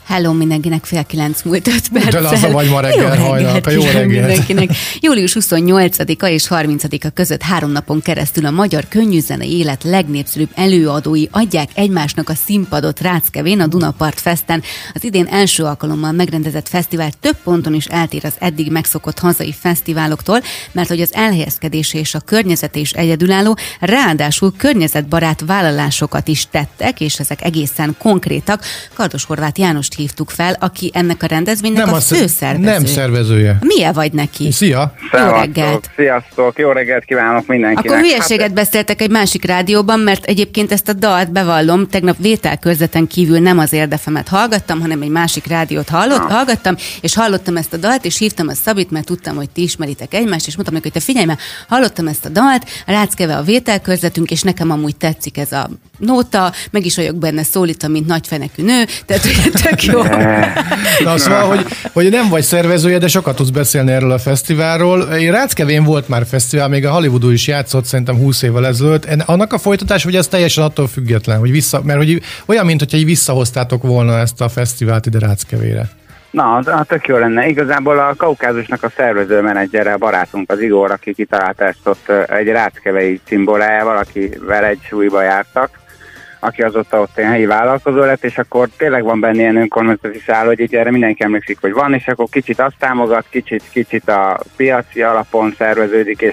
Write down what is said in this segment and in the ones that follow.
Hello mindenkinek, 8:30 múlt 5 perccel. De laza vagy ma reggel, hajnalka, jó reggelt. Mindenkinek. Július 28-a és 30-a között 3 napon keresztül a magyar könnyűzenei élet legnépszerűbb előadói adják egymásnak a színpadot Ráckevén, a Dunapart Festen. Az idén első alkalommal megrendezett fesztivál több ponton is eltér az eddig megszokott hazai fesztiváloktól, mert hogy az elhelyezkedése és a környezete is egyedülálló, ráadásul környezetbarát vállalásokat is tettek, és ezek egészen konkrétak. Kardos Horváth Jánost hívtuk fel, aki ennek a rendezvénynek a főszervezője. Nem szervezője. Milyen vagy neki? Szia! Jó reggelt! Sziasztok! Jó reggelt kívánok mindenkinek! Akkor hülyeséget beszéltek egy másik rádióban, mert egyébként ezt a dalt bevallom, tegnap vételkörzeten kívül nem az Érdefemet hallgattam, hanem egy másik rádiót hallgattam, és hallottam ezt a dalt, és hívtam a Szabit, mert tudtam, hogy ti ismeritek egymást, és mondtam neki, hogy te figyelj, mert hallottam ezt a dalt, Ráckeve a vételkörzetünk, és nekem amúgy tetszik ez a nóta, meg is vagyok benne szólítom, mint nagyfenekű nő, tehát tök jó. Na, szóval, hogy nem vagy szervezője, de sokat tudsz beszélni erről a fesztiválról. Ráckevén volt már fesztivál, még a Hollywoodú is játszott szerintem 20 évvel ezelőtt. Annak a folytatás, hogy ez teljesen attól független, hogy mert hogy olyan, mint hogyha így visszahoztátok volna ezt a fesztivált ide Ráckevére. Na, tök jó lenne. Igazából a Kaukázusnak a szervezőmenedzsere, a barátunk, az Igor, aki kitalálta ezt ott egy ráckevei cimborájával, akivel egy súlyba jártak, aki azóta ott egy helyi vállalkozó lett, és akkor tényleg van benne ilyen önkormányzati szál, hogy így erre mindenki emlékszik, hogy van, és akkor kicsit azt támogat, kicsit a piaci alapon szerveződik,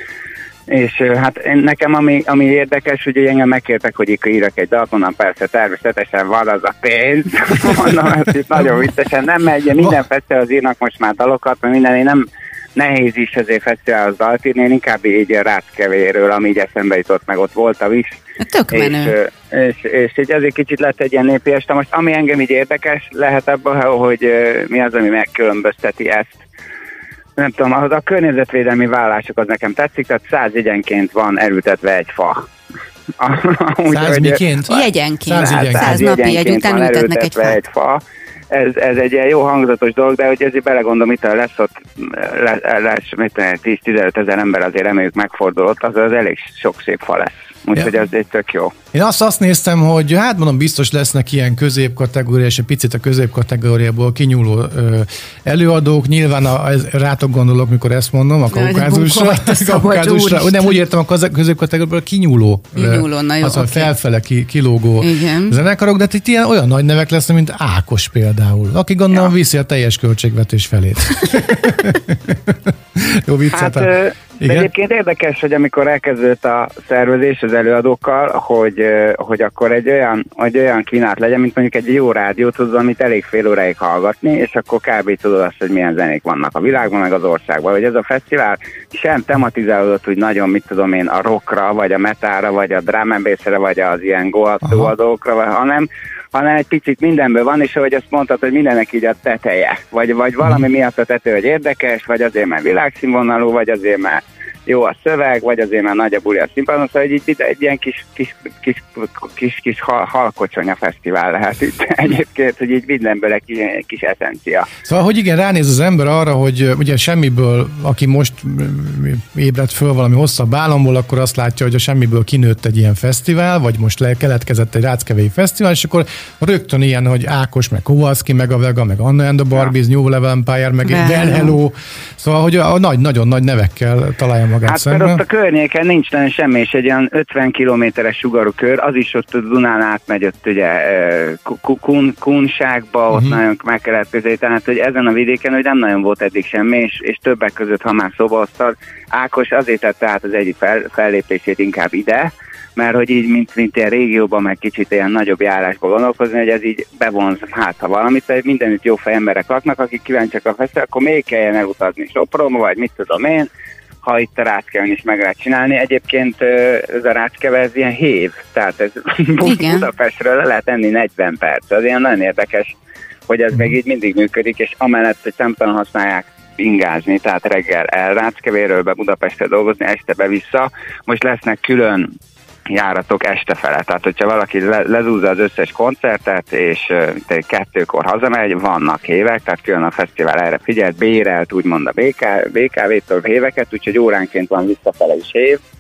és hát nekem ami érdekes, hogy engem megkértek, hogy írjak egy dalt, onnan persze természetesen van az a pénz, mondom, ezt itt nagyon viccesen nem megy, minden fesztiválhoz írnak most már dalokat, mert minden, én nem nehéz is ezért fesztiválhoz dalt írni, én inkább így a Ráckevéről, ami így eszembe jutott, meg ott voltam is. Tök menő. És így ezért kicsit lett egy ilyen népi este. Most ami engem így érdekes lehet abban, hogy mi az, ami megkülönbözteti ezt. Nem tudom, az a környezetvédelmi vállalások az nekem tetszik, tehát 100 jegyenként van elültetve egy fa. 100 miként? Jegyenként. 100 napi jegy után ültetnek egy fa. Ez egy ilyen jó hangzatos dolog, de hogy ezért belegondolom, itt lesz ott 10-15 ezer ember, azért reméljük megfordul ott, az elég sok szép fa lesz. Úgyhogy ez egy tök jó. Én azt néztem, hogy hát mondom, biztos lesznek ilyen középkategória, és egy picit a középkategóriából kinyúló előadók. Nyilván rátok gondolok, mikor ezt mondom, a Kaukázusra. Nem, úgy értem, a középkategóriából kinyúló. Na jó, az a felfele kilógó zenekarok, de itt ilyen olyan nagy nevek lesznek, mint Ákos például, aki gondolom viszi a teljes költségvetés felét. Jó viccet. De egyébként érdekes, hogy amikor elkezdődött a szervezés az előadókkal, hogy akkor egy olyan kínálat legyen, mint mondjuk egy jó rádiót tudod, amit elég fél óráig hallgatni, és akkor kb. Tudod azt, hogy milyen zenék vannak a világban, meg az országban. Hogy ez a fesztivál sem tematizálódott, hogy nagyon, mit tudom én, a rockra, vagy a metalra, vagy a drum and bassre, vagy az ilyen go-up-előadókra, hanem egy picit mindenből van, és ahogy azt mondtad, hogy mindennek így a teteje. Vagy valami miatt a tető, hogy érdekes, vagy azért, mert világszínvonalú, vagy azért, mert jó a szöveg, vagy azért már nagy a buli a színpadon, szóval így egy ilyen kis halkocsonya fesztivál lehet itt egyébként, hogy így mindenből egy kis eszencia. Szóval, hogy igen, ránéz az ember arra, hogy ugye semmiből, aki most ébredt föl valami hosszabb álomból, akkor azt látja, hogy a semmiből kinőtt egy ilyen fesztivál, vagy most keletkezett egy ráckevei fesztivál, és akkor rögtön ilyen, hogy Ákos, meg Kowalski, meg a Vega, meg Anna and the Barbies, New Level Empire, meg Well Hello, szóval, hogy nagyon nagy nevekkel találja magát szemben. Ott a környéken nincs nagyon semmi, és egy olyan 50 kilométeres sugarú kör, az is ott a Dunán átmegy ott ugye Kunságba, ott nagyon meg kellett közelíteni, tehát hogy ezen a vidéken hogy nem nagyon volt eddig semmi, és többek között, ha már szóba hoztad, Ákos azért tette át az egyik fellépését inkább ide, mert hogy így, mint ilyen régióban, meg kicsit ilyen nagyobb járásba gondolkozni, hogy ez így bevonz, hát ha valamit, mindenütt jó fej emberek laknak, akik kíváncsiak a fesztivál, akkor még kelljen elutazni Sopronba, vagy mit tudom én, ha itt a Ráckeven is meg lehet csinálni. Egyébként ez a Ráckeve, ez ilyen hév, tehát ez Budapestről le lehet enni 40 perc. Az ilyen nagyon érdekes, hogy ez meg így mindig működik, és amellett, hogy szemtelen használják ingázni, tehát reggel el Ráckevéről be Budapestre dolgozni, este be vissza. Most lesznek külön járatok este fele. Tehát, hogyha valaki lezúzza az összes koncertet, és 2-kor hazamegy, vannak hévek, tehát külön a fesztivál erre figyelt, bérelt úgymond a BKV-től héveket, úgyhogy óránként van visszafele is hév,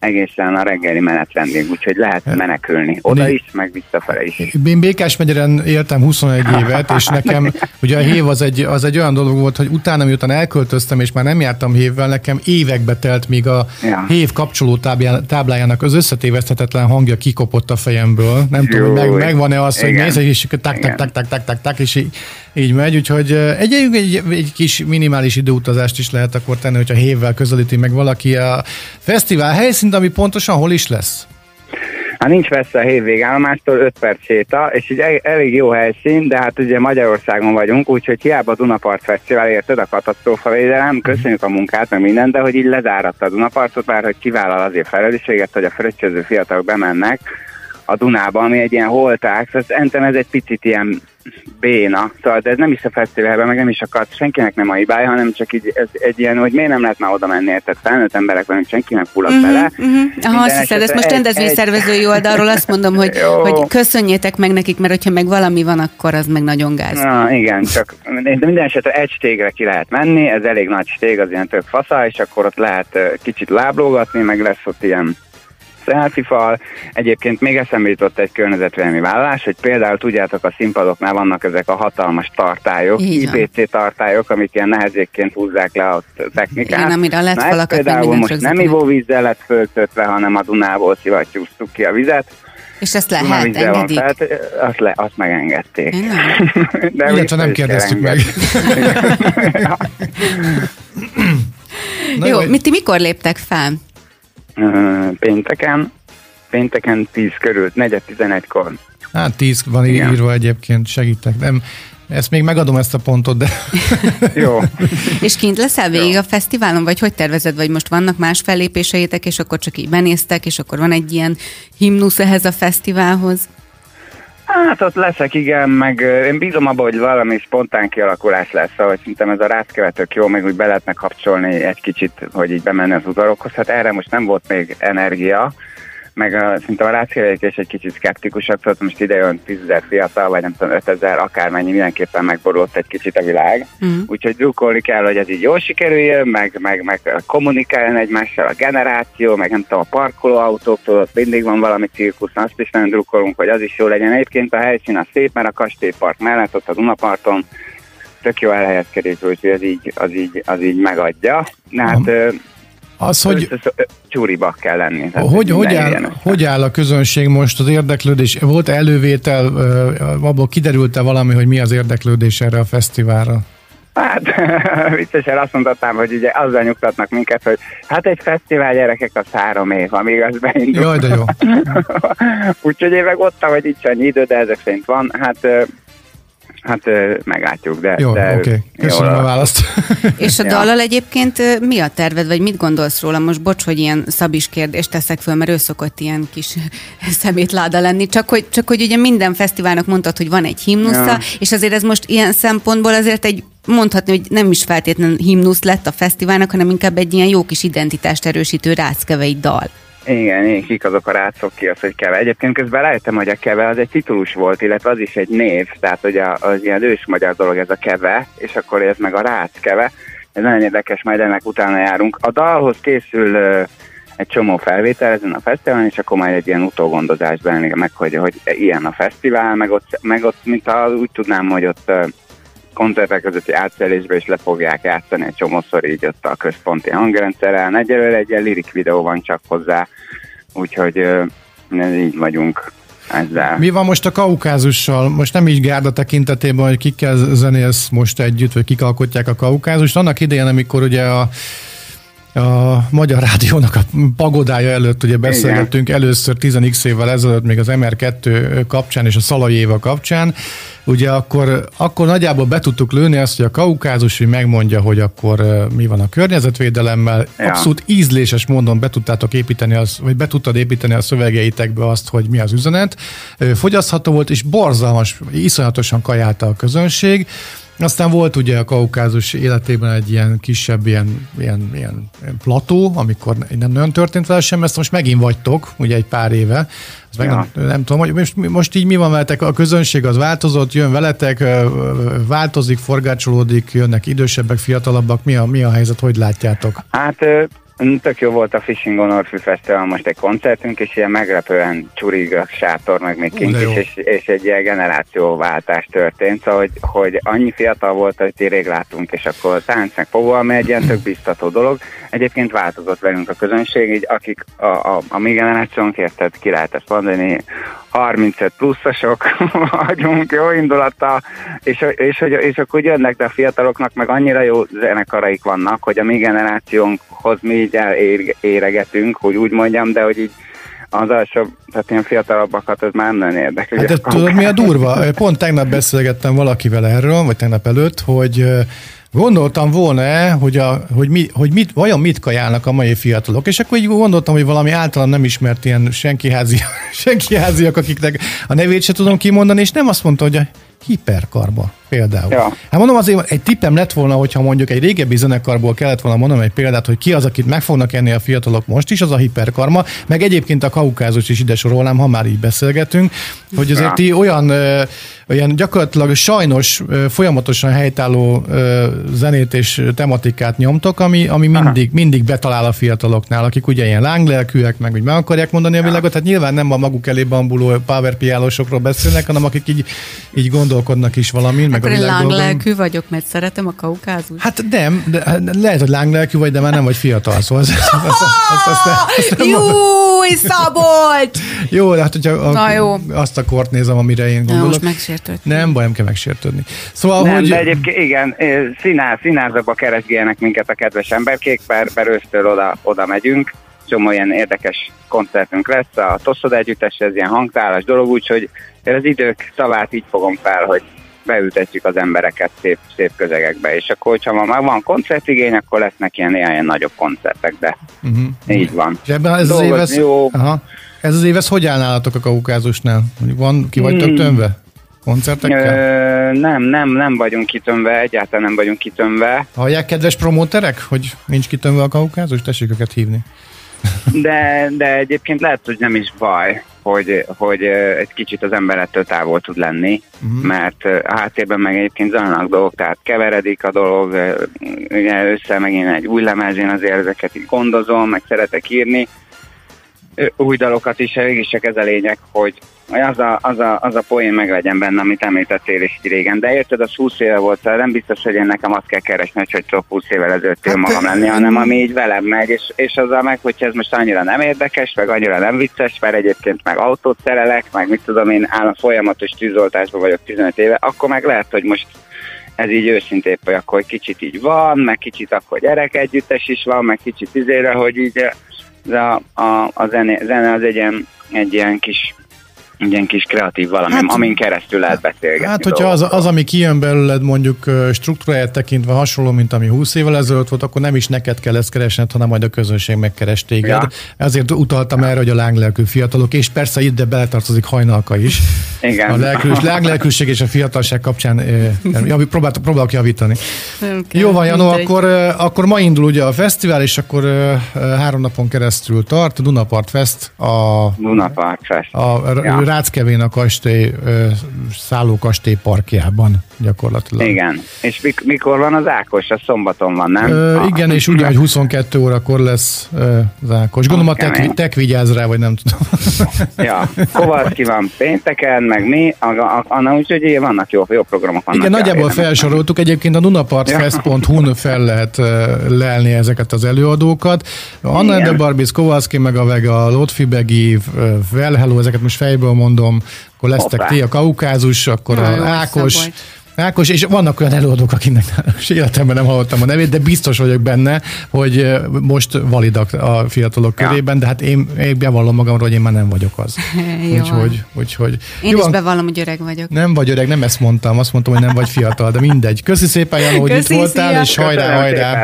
egészen a reggeli menetrendig, úgyhogy lehet menekülni. Oda is, meg visszafele is. Én Békásmegyeren éltem 21 évet, és nekem ugye a hév az egy olyan dolog volt, hogy utána, miután elköltöztem, és már nem jártam hévvel, nekem évekbe telt, míg a hév kapcsoló táblájának az összetéveszthetetlen hangja kikopott a fejemből. Nem tudom, hogy megvan-e az, hogy nézd, és tak, és így megy, úgyhogy egy kis minimális időutazást is lehet akkor tenni, hogyha hévvel közelíti meg valaki a fesztivál helyszínt, ami pontosan hol is lesz? Hát nincs messze a hév végállomástól, 5 perc séta, és így elég jó helyszín, de hát ugye Magyarországon vagyunk, úgyhogy hiába a Dunapart Fesztivál, érted, a katasztrófavédelem, köszönjük a munkát, meg minden, de hogy így lezáratta a Dunapartot, bár hogy kivállal azért felelősséget, hogy a fröccsöző fiatalok bemennek a Dunába, ami egy ilyen holták, szóval ez egy picit ilyen béna, szóval de ez nem is a fesztiválban, meg nem is akart, senkinek nem a hibája, hanem csak így ez egy ilyen, hogy miért nem lehet már oda menni, tehát felnőtt emberek vagyunk, senki nem fullad bele. Aha, azt hiszed, ezt most rendezvényszervezői oldalról azt mondom, hogy köszönjétek meg nekik, mert hogyha meg valami van, akkor az meg nagyon gáz. Na, igen, csak minden esetre egy stégre ki lehet menni, ez elég nagy stég, az ilyen tök fasza, és akkor ott lehet kicsit láblógatni, meg lesz ott ilyen selfie-fal. Egyébként még eszembe jutott egy környezetvédelmi vállalás, hogy például tudjátok, a színpadoknál vannak ezek a hatalmas tartályok, IPC tartályok, amik ilyen nehezékként húzzák le a technikát. Igen, amire a LED-falakat például most nem ivóvízzel lett föltöltve, hanem a Dunából szivattyúztuk ki a vizet. És ezt lehet, engedik? Azt megengedték. De illetve nem kérdeztük meg. Jó, ti mikor léptek fel? Pénteken 10 körül, 4:11-kor. Hát 10 van írva egyébként, segítek. Nem, ezt még megadom ezt a pontot, de... Jó. És kint leszel végig a fesztiválon, vagy hogy tervezed, vagy most vannak más fellépéseitek, és akkor csak így benéztek, és akkor van egy ilyen himnusz ehhez a fesztiválhoz? Hát ott leszek, igen, meg én bízom abban, hogy valami spontán kialakulás lesz, ahogy szerintem ez a ráckevetők jó, meg úgy be lehetne kapcsolni egy kicsit, hogy így bemenni az udvarokhoz. Hát erre most nem volt még energia, meg szerintem a ráckevetők is egy kicsit szkeptikusak, szóval most ide jön 10.000 fiatal, vagy nem tudom, 5.000, akármennyi, mindenképpen megborult egy kicsit a világ. Úgyhogy drukkolni kell, hogy ez így jól sikerüljön, meg kommunikáljon egymással a generáció, meg nem tudom, a parkolóautóktól, ott mindig van valami cirkusz, azt is nagyon drukkolunk, hogy az is jó legyen. Egyébként a helyszín a szép, mert a kastélypark mellett, ott a Dunaparton tök jó elhelyezkedés, úgyhogy az így megadja. Az, hogy csúriba kell lenni. Hogy áll a közönség most, az érdeklődés? Volt elővétel, abból kiderült-e valami, hogy mi az érdeklődés erre a fesztiválra? Hát, viccesen azt mondhatnám, hogy ugye azzal nyugtatnak minket, hogy hát egy fesztivál, gyerekek, az 3 év, amíg az beindul. Jaj, de jó. Úgyhogy én meg ott, hogy itt annyi idő, de ezek szerint van. Hát meglátjuk, de... Jó, oké. Köszönöm a választ. És a dallal egyébként mi a terved, vagy mit gondolsz róla? Most bocs, hogy ilyen szabis kérdést teszek föl, mert ő szokott ilyen kis szemétláda lenni, csak hogy ugye minden fesztiválnak mondtad, hogy van egy himnusza, és azért ez most ilyen szempontból azért mondhatni, hogy nem is feltétlenül himnusz lett a fesztiválnak, hanem inkább egy ilyen jó kis identitást erősítő ráckevei dal. Igen, kik azok a rácok, ki az, hogy keve. Egyébként közben rájöttem, hogy a keve az egy titulus volt, illetve az is egy név, tehát hogy az ilyen ős magyar dolog ez a keve, és akkor ez meg a rác keve. Ez nagyon érdekes, majd ennek utána járunk. A dalhoz készül egy csomó felvétel ezen a fesztiválon, és akkor majd egy ilyen utógondozásban meg, hogy ilyen a fesztivál, meg ott mint úgy tudnám, hogy ott koncertek közötti átszerelésben is le fogják játszani egy csomószor így ott a központi hangrendszerrel. Egyelőre egy ilyen lirik videó van csak hozzá, úgyhogy így vagyunk ezzel. Mi van most a Kaukázussal? Most nem így gárda tekintetében, hogy kikkel zenélsz most együtt, vagy kik alkotják a Kaukázust. Annak idején, amikor ugye a Magyar Rádiónak a pagodája előtt ugye beszélgettünk először 10x évvel ezelőtt még az MR2 kapcsán és a Szalai Éva kapcsán, ugye akkor nagyjából be tudtuk lőni azt, hogy a Kaukázus megmondja, hogy akkor mi van a környezetvédelemmel. Abszolút ízléses módon be tudtad építeni a szövegeitekbe azt, hogy mi az üzenet. Fogyasztható volt, és borzalmas, iszonyatosan kajálta a közönség. Aztán volt ugye a Kaukázus életében egy ilyen kisebb ilyen plató, amikor nem nagyon történt vele sem, ezt most megint vagytok, ugye egy pár éve. Nem tudom, hogy most így mi van veletek, a közönség az változott, jön veletek, változik, forgácsolódik, jönnek idősebbek, fiatalabbak, mi a helyzet, hogy látjátok? Hát Tök jó volt a Fishing on Orfű Fesztivál, most egy koncertünk, és ilyen meglepően csurig a sátor, meg még kint is, és egy ilyen generációváltás történt, szóval, hogy annyi fiatal volt, hogy rég láttunk, és akkor tánc meg fogalmi egy ilyen tök biztató dolog. Egyébként változott velünk a közönség, így akik a mi generációnk, érted, ki lehet ezt mondani, 35 pluszosok vagyunk, jó indulattal, és akkor jönnek, de a fiataloknak meg annyira jó zenekaraik vannak, hogy a mi generációnkhoz mi így éregetünk, hogy úgy mondjam, de hogy így az alsó, tehát ilyen fiatalabbakat, ez már nem érdekli. Hát tudod, mi a durva? Pont tegnap beszélgettem valakivel erről, vagy tegnap előtt, hogy gondoltam volna, hogy vajon mit kajálnak a mai fiatalok, és akkor így gondoltam, hogy valami általán nem ismert ilyen senkiháziak, akiknek a nevét se tudom kimondani, és nem azt mondta, hogy a hiperkarba például. Ja. Hát mondom, azért egy tippem lett volna, hogyha mondjuk egy régebbi zenekarból kellett volna mondanom egy példát, hogy ki az, akit meg fognak enni a fiatalok most is, az a hiperkarma, meg egyébként a Kaukázus is ide sorolnám, ha már így beszélgetünk, hogy azért olyan gyakorlatilag sajnos folyamatosan helytálló zenét és tematikát nyomtok, ami mindig betalál a fiataloknál, akik ugye ilyen lánglelkűek, meg úgy meg akarják mondani a világot, hát nyilván nem a maguk elé bambuló powerpiálósokról beszélnek, hanem akik így gondolkodnak is valamin, meg akkor a világban. Lánglelkű vagyok, mert szeretem a Kaukázust. Hát nem, de lehet, hogy lánglelkű vagy, de már nem vagy fiatal, szóval Júj, Szabolcs! Jó, hát hogyha azt a kort nézem, amire én gondolok. Most megsértődni. Nem baj, nem kell megsértődni. Szóval, nem, de egyébként igen, színházakba keresgélnek minket a kedves emberkék, bár ősztől oda megyünk. Csomó ilyen érdekes koncertünk lesz, a Tosszod együttes, ez ilyen hangtálas dolog, úgyhogy az idők szavát így fogom fel, hogy beültetjük az embereket szép közegekbe, és akkor, hogyha már van koncertigény, akkor lesznek ilyen nagyobb koncertek, de így van. És ebben ez az év, hogy áll nálatok a Kaukázusnál? Ki vagytok tömve? Koncertekkel? Nem vagyunk kitömve, egyáltalán nem vagyunk kitömve. Hallják, kedves promóterek, hogy nincs kitömve a Kaukázus? Tessék őket hívni. De egyébként lehet, hogy nem is baj, hogy egy kicsit az emberettől távol tud lenni, mert a háttérben meg egyébként zajlanak dolgok, tehát keveredik a dolog, össze megint egy új lemez, én azért ezeket így gondozom, meg szeretek írni, új dalokat is, mégis csak ez a lényeg, hogy az a poén meglegyen benne, amit említettél is régen. De érted, az 20 éve volt, nem biztos, hogy én nekem azt kell keresni, hogy tudok 20 évvel ezelőttől magam lenni, hanem ami így velem megy, és azzal meg, hogyha ez most annyira nem érdekes, meg annyira nem vicces, mert egyébként meg autót szerelek, meg mit tudom én, állam folyamatos tűzoltásban vagyok 15 éve, akkor meg lehet, hogy most ez így őszintén, hogy akkor kicsit így van, meg kicsit akkor gyerek együttes is van, meg kicsit izére, hogy így a zene az egy ilyen kis kreatív valami, amin keresztül lehet beszélgetni. Hát, hogyha az, ami kijön belőled mondjuk struktúráját tekintve hasonló, mint ami 20 évvel ezelőtt volt, akkor nem is neked kell ezt keresned, hanem majd a közönség megkeres téged. Ja. Ezért utaltam erre, hogy a lánglelkű fiatalok, és persze ide beletartozik Hajnalka is. Igen. A lánglelkűség és a fiatalság kapcsán próbálok javítani. Jó van, Janó, akkor ma indul ugye a fesztivál, és akkor 3 napon keresztül tart, a Dunapart Fest. Dunapart Fest. Ráckevén a kastély, szállókastély parkjában gyakorlatilag. Igen, és mikor van az Ákos? A szombaton van, nem? Igen, és ugye, hogy 22 órakor lesz az Ákos. Gondolom a tek vigyáz rá, vagy nem tudom. Ja, Kovalszki van pénteken, meg mi, úgyhogy vannak jó programok. Vannak. Igen, nagyjából felsoroltuk, egyébként a dunapartfest.hu-n fel lehet lelni ezeket az előadókat. Anna de Barbis, Kovalszki, meg a Vega, Lotfi Begi, Well Hello, ezeket most fejből mondom, akkor lesztek ti, a Kaukázus, akkor Ákos, és vannak olyan előadók, akinek életemben nem hallottam a nevét, de biztos vagyok benne, hogy most validak a fiatalok körében, de hát én bevallom magamról, hogy én már nem vagyok az. Úgyhogy én is bevallom, hogy öreg vagyok. Nem vagy öreg, nem ezt mondtam, azt mondtam, hogy nem vagy fiatal, de mindegy. Köszi szépen, Janó, hogy itt voltál, és hajrá.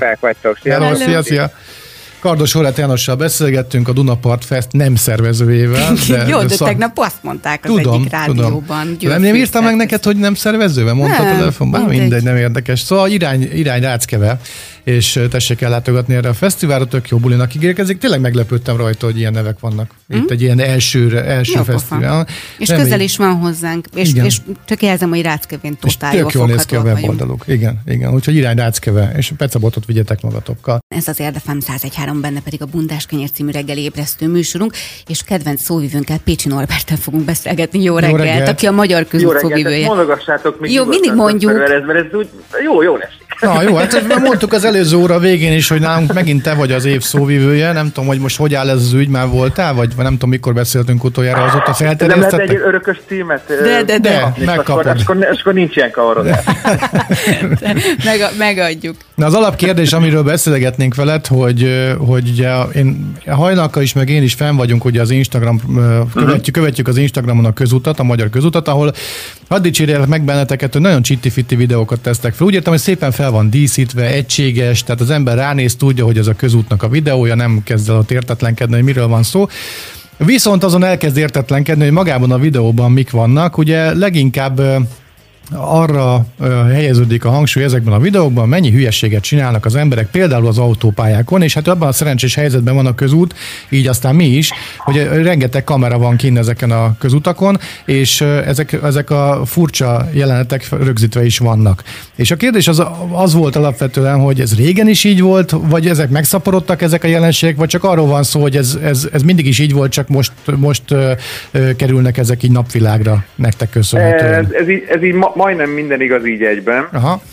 Szia. Kardos Horváth Jánossal beszélgettünk, a Dunapart Fest nem szervezőjével. Jó, de tegnap azt mondták az egyik rádióban. Nem írtam meg neked, hogy nem szervezővel? Mondta a telefonban? Mindegy, nem érdekes. Szóval irány Ráckeve, és tessék ellátogatni erre a fesztiválra, tök jó bulinak ígérkezik. Tényleg meglepődtem rajta, hogy ilyen nevek vannak. Itt egy ilyen első fesztivál. És közel is van hozzánk, és csak jelzem, hogy Ráckevén totál jól jól néz ki a weboldaluk. Igen. Úgyhogy irány Ráckeve, és pecabotot vigyetek magatokkal. Ez az Érdefem 101.3, benne pedig a Bundás kenyér című reggeli ébresztő műsorunk, és kedvenc szóvivőnkkel, Pécsi Norberttel fogunk beszélgetni. Jó reggelt, aki a magyar közút szóvivője. Mondogassátok még. Jó, mindig mondjuk. Mert ez úgy jó esik. Na jó, hát mondtuk az előző óra végén is, hogy nálunk megint te vagy az év szóvivője. Nem tudom, hogy most hogy áll ez az ügy, már voltál, vagy nem tudom, mikor beszéltünk utoljára, azóta felterjesztettek. Nem lehet egy örökös címet? De. Megkapod. Akkor nincs ilyen kavarodás. Megadjuk. Na az alapkérdés, amiről beszélgetnénk veled, hogy ugye én hajnalka is, meg én is fenn vagyunk, ugye az Instagram, követjük az Instagramon a közutat, a magyar közutat, ahol hadd dicsérjelek meg benneteket, hogy nagyon csitti-fitti videókat tesztek fel. Úgy értem, hogy szépen fel van díszítve, egységes, tehát az ember ránéz, tudja, hogy ez a közútnak a videója, nem kezd el ott értetlenkedni, hogy miről van szó. Viszont azon elkezd értetlenkedni, hogy magában a videóban mik vannak. Ugye leginkább arra helyeződik a hangsúly ezekben a videókban, mennyi hülyességet csinálnak az emberek, például az autópályákon, és hát abban a szerencsés helyzetben van a közút, így aztán mi is, hogy rengeteg kamera van kint ezeken a közutakon, és ezek a furcsa jelenetek rögzítve is vannak. És a kérdés az volt alapvetően, hogy ez régen is így volt, vagy ezek megszaporodtak ezek a jelenségek, vagy csak arról van szó, hogy ez mindig is így volt, csak most kerülnek ezek így napvilágra nektek köszönhetően. Ez így majdnem minden igaz így egyben.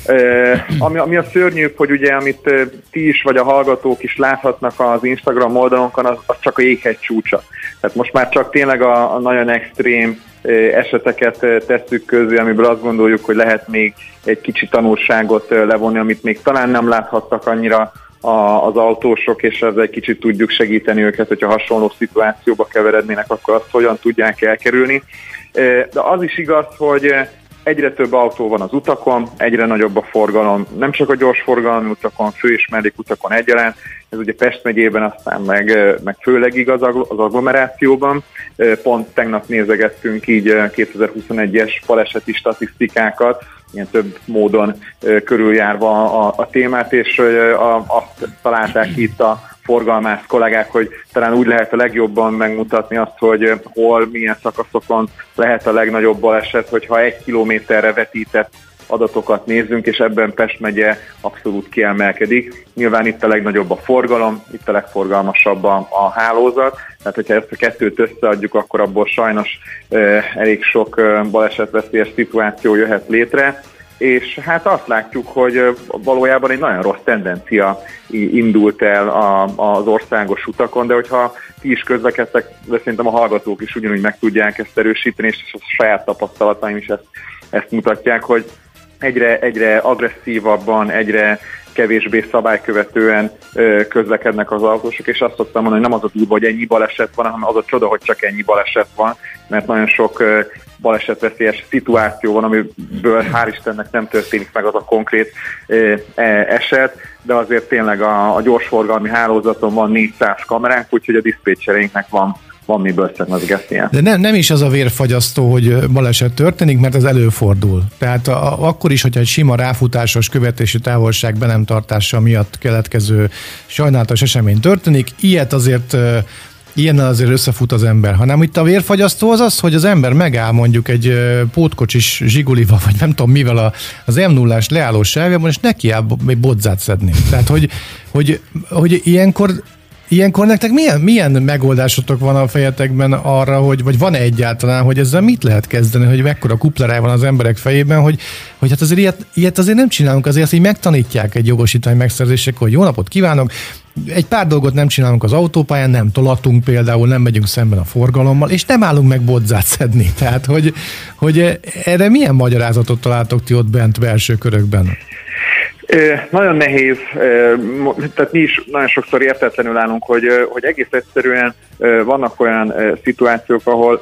Ami a szörnyűbb, hogy ugye, amit ti is, vagy a hallgatók is láthatnak az Instagram oldalonkon, az csak a jéghegy csúcsa. Tehát most már csak tényleg a nagyon extrém eseteket tesszük közé, amiből azt gondoljuk, hogy lehet még egy kicsi tanulságot levonni, amit még talán nem láthattak annyira az autósok, és ezzel egy kicsit tudjuk segíteni őket, hogyha hasonló szituációba keverednének, akkor azt hogyan tudják elkerülni. De az is igaz, hogy egyre több autó van az utakon, egyre nagyobb a forgalom, nem csak a gyorsforgalmi utakon, fő- és mellékutakon egyaránt, ez ugye Pest megyében aztán meg főleg igaz az agglomerációban. Pont tegnap nézegettünk így 2021-es baleseti statisztikákat, ilyen több módon körüljárva a témát, és azt találták itt a forgalmász kollégák, hogy talán úgy lehet a legjobban megmutatni azt, hogy hol, milyen szakaszokon lehet a legnagyobb baleset, hogyha 1 kilométerre vetített adatokat nézzünk, és ebben Pest megye abszolút kiemelkedik. Nyilván itt a legnagyobb a forgalom, itt a legforgalmasabb a hálózat, tehát hogyha ezt a kettőt összeadjuk, akkor abból sajnos elég sok balesetveszélyes szituáció jöhet létre, és hát azt látjuk, hogy valójában egy nagyon rossz tendencia indult el az országos utakon, de hogyha ti is közlekedtek, de szerintem a hallgatók is ugyanúgy meg tudják ezt erősíteni, és a saját tapasztalataim is ezt mutatják, hogy egyre agresszívabban, egyre kevésbé szabálykövetően közlekednek az autósok, és azt szoktam mondani, hogy nem az a durva, hogy ennyi baleset van, hanem az a csoda, hogy csak ennyi baleset van, mert nagyon sok balesetveszélyes szituáció van, amiből hál' Istennek nem történik meg az a konkrét eset, de azért tényleg a gyorsforgalmi hálózaton van 400 kameránk, úgyhogy a diszpécsereinknek van miből szedmezgetnie. De nem is az a vérfagyasztó, hogy baleset történik, mert ez előfordul. Tehát akkor is, hogyha egy sima ráfutásos követési távolság be nem tartása miatt keletkező sajnálatos esemény történik, ilyennel azért összefut az ember. Hanem itt a vérfagyasztó az, hogy az ember megáll mondjuk egy pótkocsis zsigulival, vagy nem tudom mivel az M0-ás leállós sávjában, és neki áll egy bodzát szedni. Tehát, hogy ilyenkor nektek milyen megoldásotok van a fejetekben arra, vagy van-e egyáltalán, hogy ezzel mit lehet kezdeni, hogy mekkora kupleráj van az emberek fejében, hogy hát azért ilyet azért nem csinálunk, azért így megtanítják egy jogosítvány megszerzésekor, hogy jó napot kívánok, egy pár dolgot nem csinálunk az autópályán, nem tolatunk például, nem megyünk szemben a forgalommal, és nem állunk meg bodzát szedni. Tehát, hogy erre milyen magyarázatot találtok ti ott bent belső körökben? Nagyon nehéz, tehát mi is nagyon sokszor értetlenül állunk, hogy egész egyszerűen vannak olyan szituációk, ahol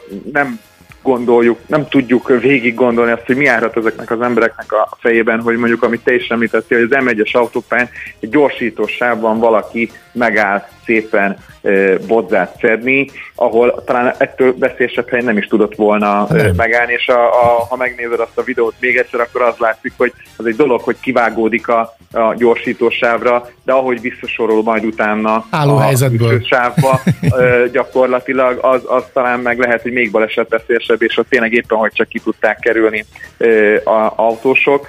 nem tudjuk végig gondolni azt, hogy mi járhat ezeknek az embereknek a fejében, hogy mondjuk, amit te is említettél, hogy az M1-es autópályán egy gyorsítós sávban valaki megáll szépen bodzát szedni, ahol talán ettől veszélyesebb helyen nem is tudott volna megállni, és ha megnézed azt a videót még egyszer, akkor az látszik, hogy az egy dolog, hogy kivágódik a gyorsítósávra, de ahogy visszasorol majd utána a sávba, gyakorlatilag az talán meg lehet, hogy még balesetveszélyesebb, és ott tényleg éppen, hogy csak ki tudták kerülni az autósok.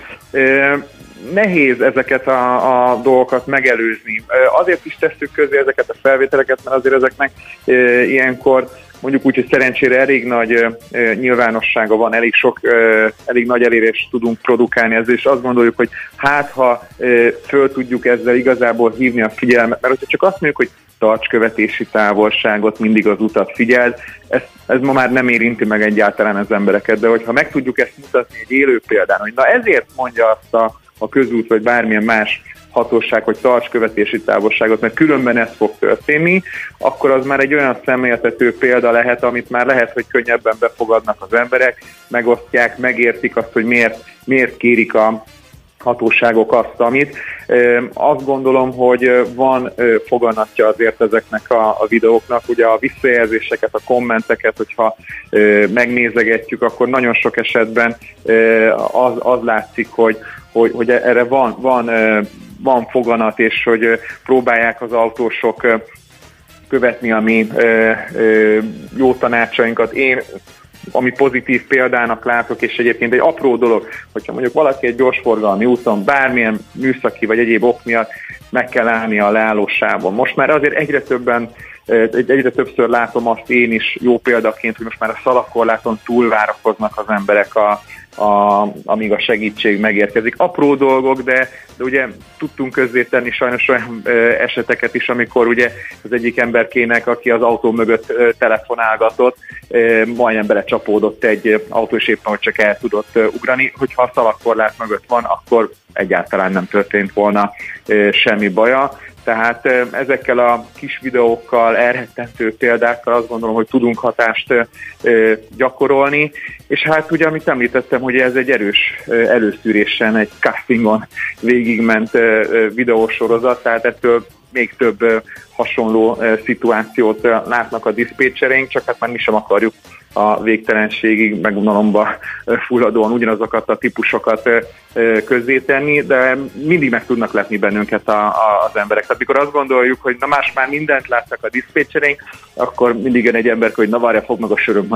Nehéz ezeket a dolgokat megelőzni. Azért is tesszük közé ezeket a felvételeket, mert azért ezeknek ilyenkor mondjuk úgy, hogy szerencsére elég nagy nyilvánossága van, elég nagy elérést tudunk produkálni ezzel, és azt gondoljuk, hogy ha föl tudjuk ezzel igazából hívni a figyelmet, mert hogyha csak azt mondjuk, hogy tarts követési távolságot, mindig az utat figyeld, ez ma már nem érinti meg egyáltalán az embereket, de hogyha meg tudjuk ezt mutatni egy élő példán, hogy na ezért mondja azt a közút, vagy bármilyen más hatóság, hogy tarts követési távolságot, mert különben ez fog történni, akkor az már egy olyan szemléltető példa lehet, amit már lehet, hogy könnyebben befogadnak az emberek, megosztják, megértik azt, hogy miért kérik a hatóságok azt, amit. Azt gondolom, hogy van foganatja azért ezeknek a videóknak, ugye a visszajelzéseket, a kommenteket, hogyha megnézegetjük, akkor nagyon sok esetben az látszik, hogy erre van foganat, és hogy próbálják az autósok követni a mi jó tanácsainkat. Én, ami pozitív példának látok, és egyébként egy apró dolog, hogyha mondjuk valaki egy gyorsforgalmi úton bármilyen műszaki vagy egyéb ok miatt meg kell állni a leállósávon. Most már azért egyre többször látom azt én is jó példaként, hogy most már a szalagkorláton túl várakoznak az emberek, amíg a segítség megérkezik. Apró dolgok, de ugye tudtunk közzétenni sajnos olyan eseteket is, amikor ugye az egyik emberkének, aki az autó mögött telefonálgatott, majdnem belecsapódott egy autó, és éppen, hogy csak el tudott ugrani. Hogyha a szalagkorlát mögött van, akkor egyáltalán nem történt volna semmi baja. Tehát ezekkel a kis videókkal, elrettentő példákkal azt gondolom, hogy tudunk hatást gyakorolni, és hát ugye, amit említettem, hogy ez egy erős előszűrésen, egy castingon végigment videósorozat, tehát ettől még több hasonló szituációt látnak a diszpécsereink, csak hát már mi sem akarjuk a végtelenségig megunalomba fulladóan ugyanazokat a típusokat közzétenni, de mindig meg tudnak lepni bennünket az emberek. Tehát mikor azt gondoljuk, hogy na más már mindent láttak a diszpécsereink, akkor mindig jön egy ember, hogy na várja, fog meg a söröm,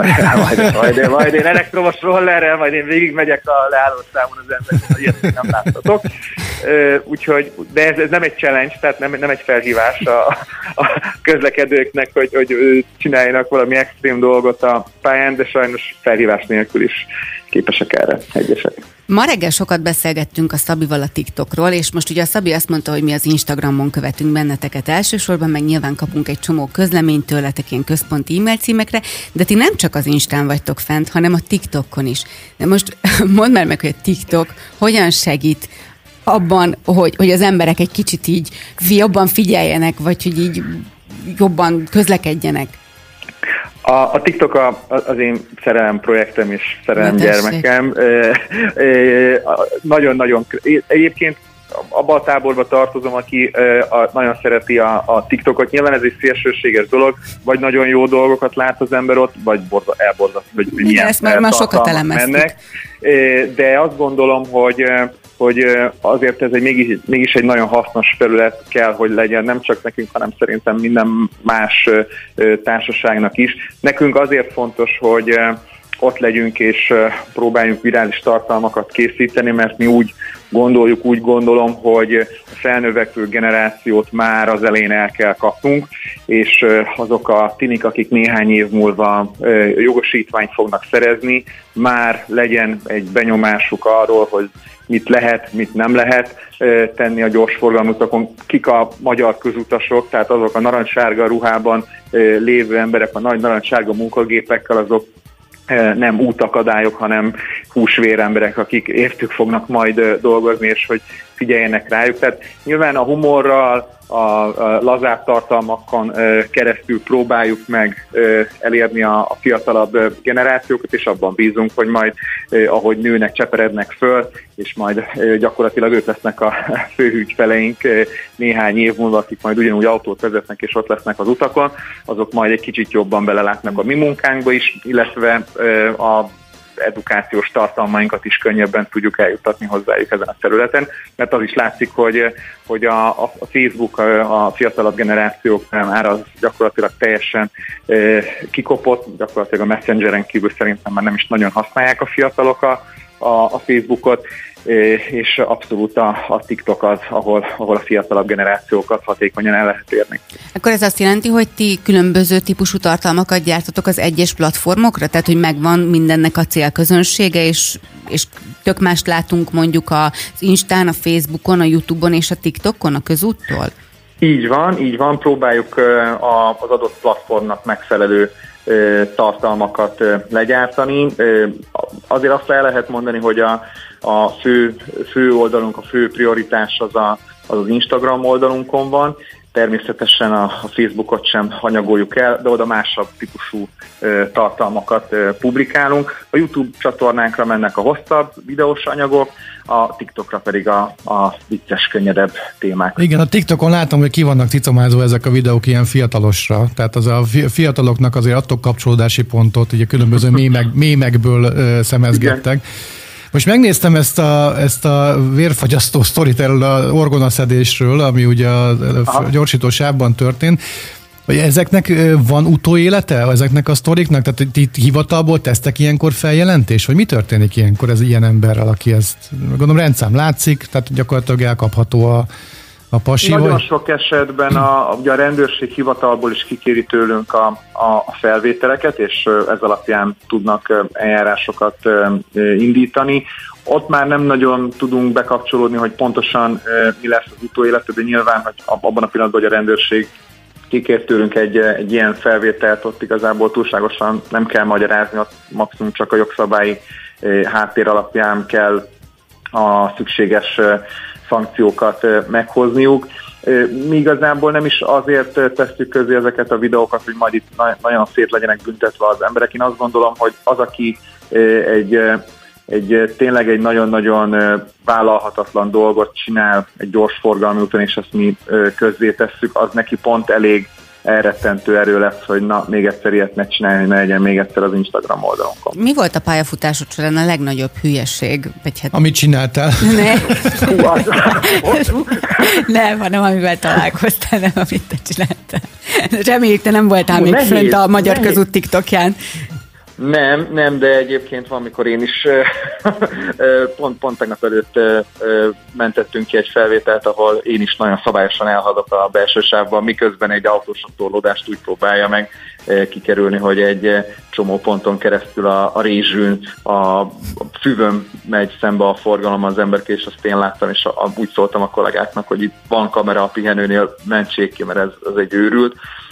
majd én elektromos rollerrel, majd én végigmegyek a leállószámon az emberek, hogy ilyet nem láttatok. Úgyhogy, de ez nem egy challenge, tehát nem egy felhívás a közlekedőknek, hogy csináljanak valami extrém dolgot a pályán, de sajnos felhívás nélkül is képesek erre egyesek. Ma reggel sokat beszélgettünk a Szabival a TikTokról, és most ugye a Szabi azt mondta, hogy mi az Instagramon követünk benneteket elsősorban, meg nyilván kapunk egy csomó közleményt tőletek ilyen központi e-mail címekre, de ti nem csak az Instán vagytok fent, hanem a TikTokon is. De most mondd már meg, hogy a TikTok hogyan segít abban, hogy az emberek egy kicsit így jobban figyeljenek, vagy hogy így jobban közlekedjenek? A TikTok az én szerelem projektem és szerelem gyermekem. Nagyon-nagyon. Egyébként abba a táborba tartozom, aki nagyon szereti a TikTokot. Nyilván ez egy szélsőséges dolog, vagy nagyon jó dolgokat lát az ember ott, vagy elborzasztó, hogy milyen ezt már sokat elemeztük. De azt gondolom, hogy azért ez mégis egy nagyon hasznos felület kell, hogy legyen, nem csak nekünk, hanem szerintem minden más társaságnak is. Nekünk azért fontos, hogy ott legyünk és próbáljunk virális tartalmakat készíteni, mert mi úgy gondolom, hogy a felnövekvő generációt már az elején el kell kapnunk, és azok a tinik, akik néhány év múlva jogosítványt fognak szerezni, már legyen egy benyomásuk arról, hogy mit lehet, mit nem lehet tenni a gyorsforgalmi utakon, kik a magyar közutasok, tehát azok a narancssárga ruhában lévő emberek, a nagy narancssárga munkagépekkel, azok nem útakadályok, hanem húsvér emberek, akik értük fognak majd dolgozni, és hogy figyeljenek rájuk. Tehát nyilván a humorral, a lazább tartalmakon keresztül próbáljuk meg elérni a fiatalabb generációkat, és abban bízunk, hogy majd ahogy nőnek, cseperednek föl, és majd gyakorlatilag ők lesznek a fő ügyfeleink néhány év múlva, akik majd ugyanúgy autót vezetnek, és ott lesznek az utakon, azok majd egy kicsit jobban belelátnak a mi munkánkba is, illetve a edukációs tartalmainkat is könnyebben tudjuk eljuttatni hozzájuk ezen a területen, mert az is látszik, hogy a Facebook a fiatalabb generációknál már az gyakorlatilag teljesen kikopott, gyakorlatilag a Messengeren kívül szerintem már nem is nagyon használják a fiatalok a Facebookot, és abszolút a TikTok az, ahol a fiatalabb generációkat hatékonyan el lehet érni. Akkor ez azt jelenti, hogy ti különböző típusú tartalmakat gyártotok az egyes platformokra? Tehát, hogy megvan mindennek a célközönsége, és tök mást látunk mondjuk az Instán, a Facebookon, a YouTube-on és a TikTokon a közúttól? Így van. Próbáljuk az adott platformnak megfelelő tartalmakat legyártani. Azért azt el lehet mondani, hogy a fő oldalunk, a fő prioritás az Instagram oldalunkon van. Természetesen a Facebookot sem hanyagoljuk el, de oda másabb típusú tartalmakat publikálunk. A YouTube csatornánkra mennek a hosszabb videós anyagok, a TikTokra pedig a vicces, könnyedebb témák. Igen, a TikTokon látom, hogy ki vannak cicomázva ezek a videók ilyen fiatalosra. Tehát az a fiataloknak azért adtok kapcsolódási pontot, ugye különböző mémekből szemezgettek. Igen. Most megnéztem ezt a vérfagyasztó sztorit erről a orgonaszedésről, ami ugye a gyorsító sávban történt. Vagy ezeknek van utóélete, ezeknek a sztoriknak? Tehát itt hivatalból tesztek ilyenkor feljelentés? Vagy mi történik ilyenkor ez ilyen emberrel, aki ezt, gondolom rendszám látszik, tehát gyakorlatilag elkapható a pasi? Nagyon sok esetben ugye a rendőrség hivatalból is kikéri tőlünk a felvételeket, és ez alapján tudnak eljárásokat indítani. Ott már nem nagyon tudunk bekapcsolódni, hogy pontosan mi lesz az utóélete, de nyilván, hogy abban a pillanatban, hogy a rendőrség kikért tőlünk egy ilyen felvételt, ott igazából túlságosan nem kell magyarázni, ott maximum csak a jogszabályi háttér alapján kell a szükséges szankciókat meghozniuk. Mi igazából nem is azért tesszük közé ezeket a videókat, hogy majd itt nagyon szét legyenek büntetve az emberek. Én azt gondolom, hogy az, aki tényleg egy nagyon-nagyon vállalhatatlan dolgot csinál egy gyors forgalmi úton, és ezt mi közzé tesszük, az neki pont elég elrettentő erő lesz, hogy még egyszer ilyet ne csinálni, hogy ne legyen még egyszer az Instagram oldalunkon. Mi volt a pályafutásod során a legnagyobb hülyeség? Amit csináltál? Nem, hanem amivel találkoztál, nem amit te csináltál. Reméljük, te nem voltál még fönt a Magyar Közút TikTokján. Nem, de egyébként van, amikor én is pont tegnap előtt mentettünk ki egy felvételt, ahol én is nagyon szabályosan elhaladok a belső sávban, miközben egy autós torlódást úgy próbálja meg kikerülni, hogy egy csomó ponton keresztül a rézsűn, a füvön megy szembe a forgalom az emberke, és azt én láttam, és úgy szóltam a kollégáknak, hogy itt van kamera a pihenőnél, mentsék ki, mert ez egy őrült.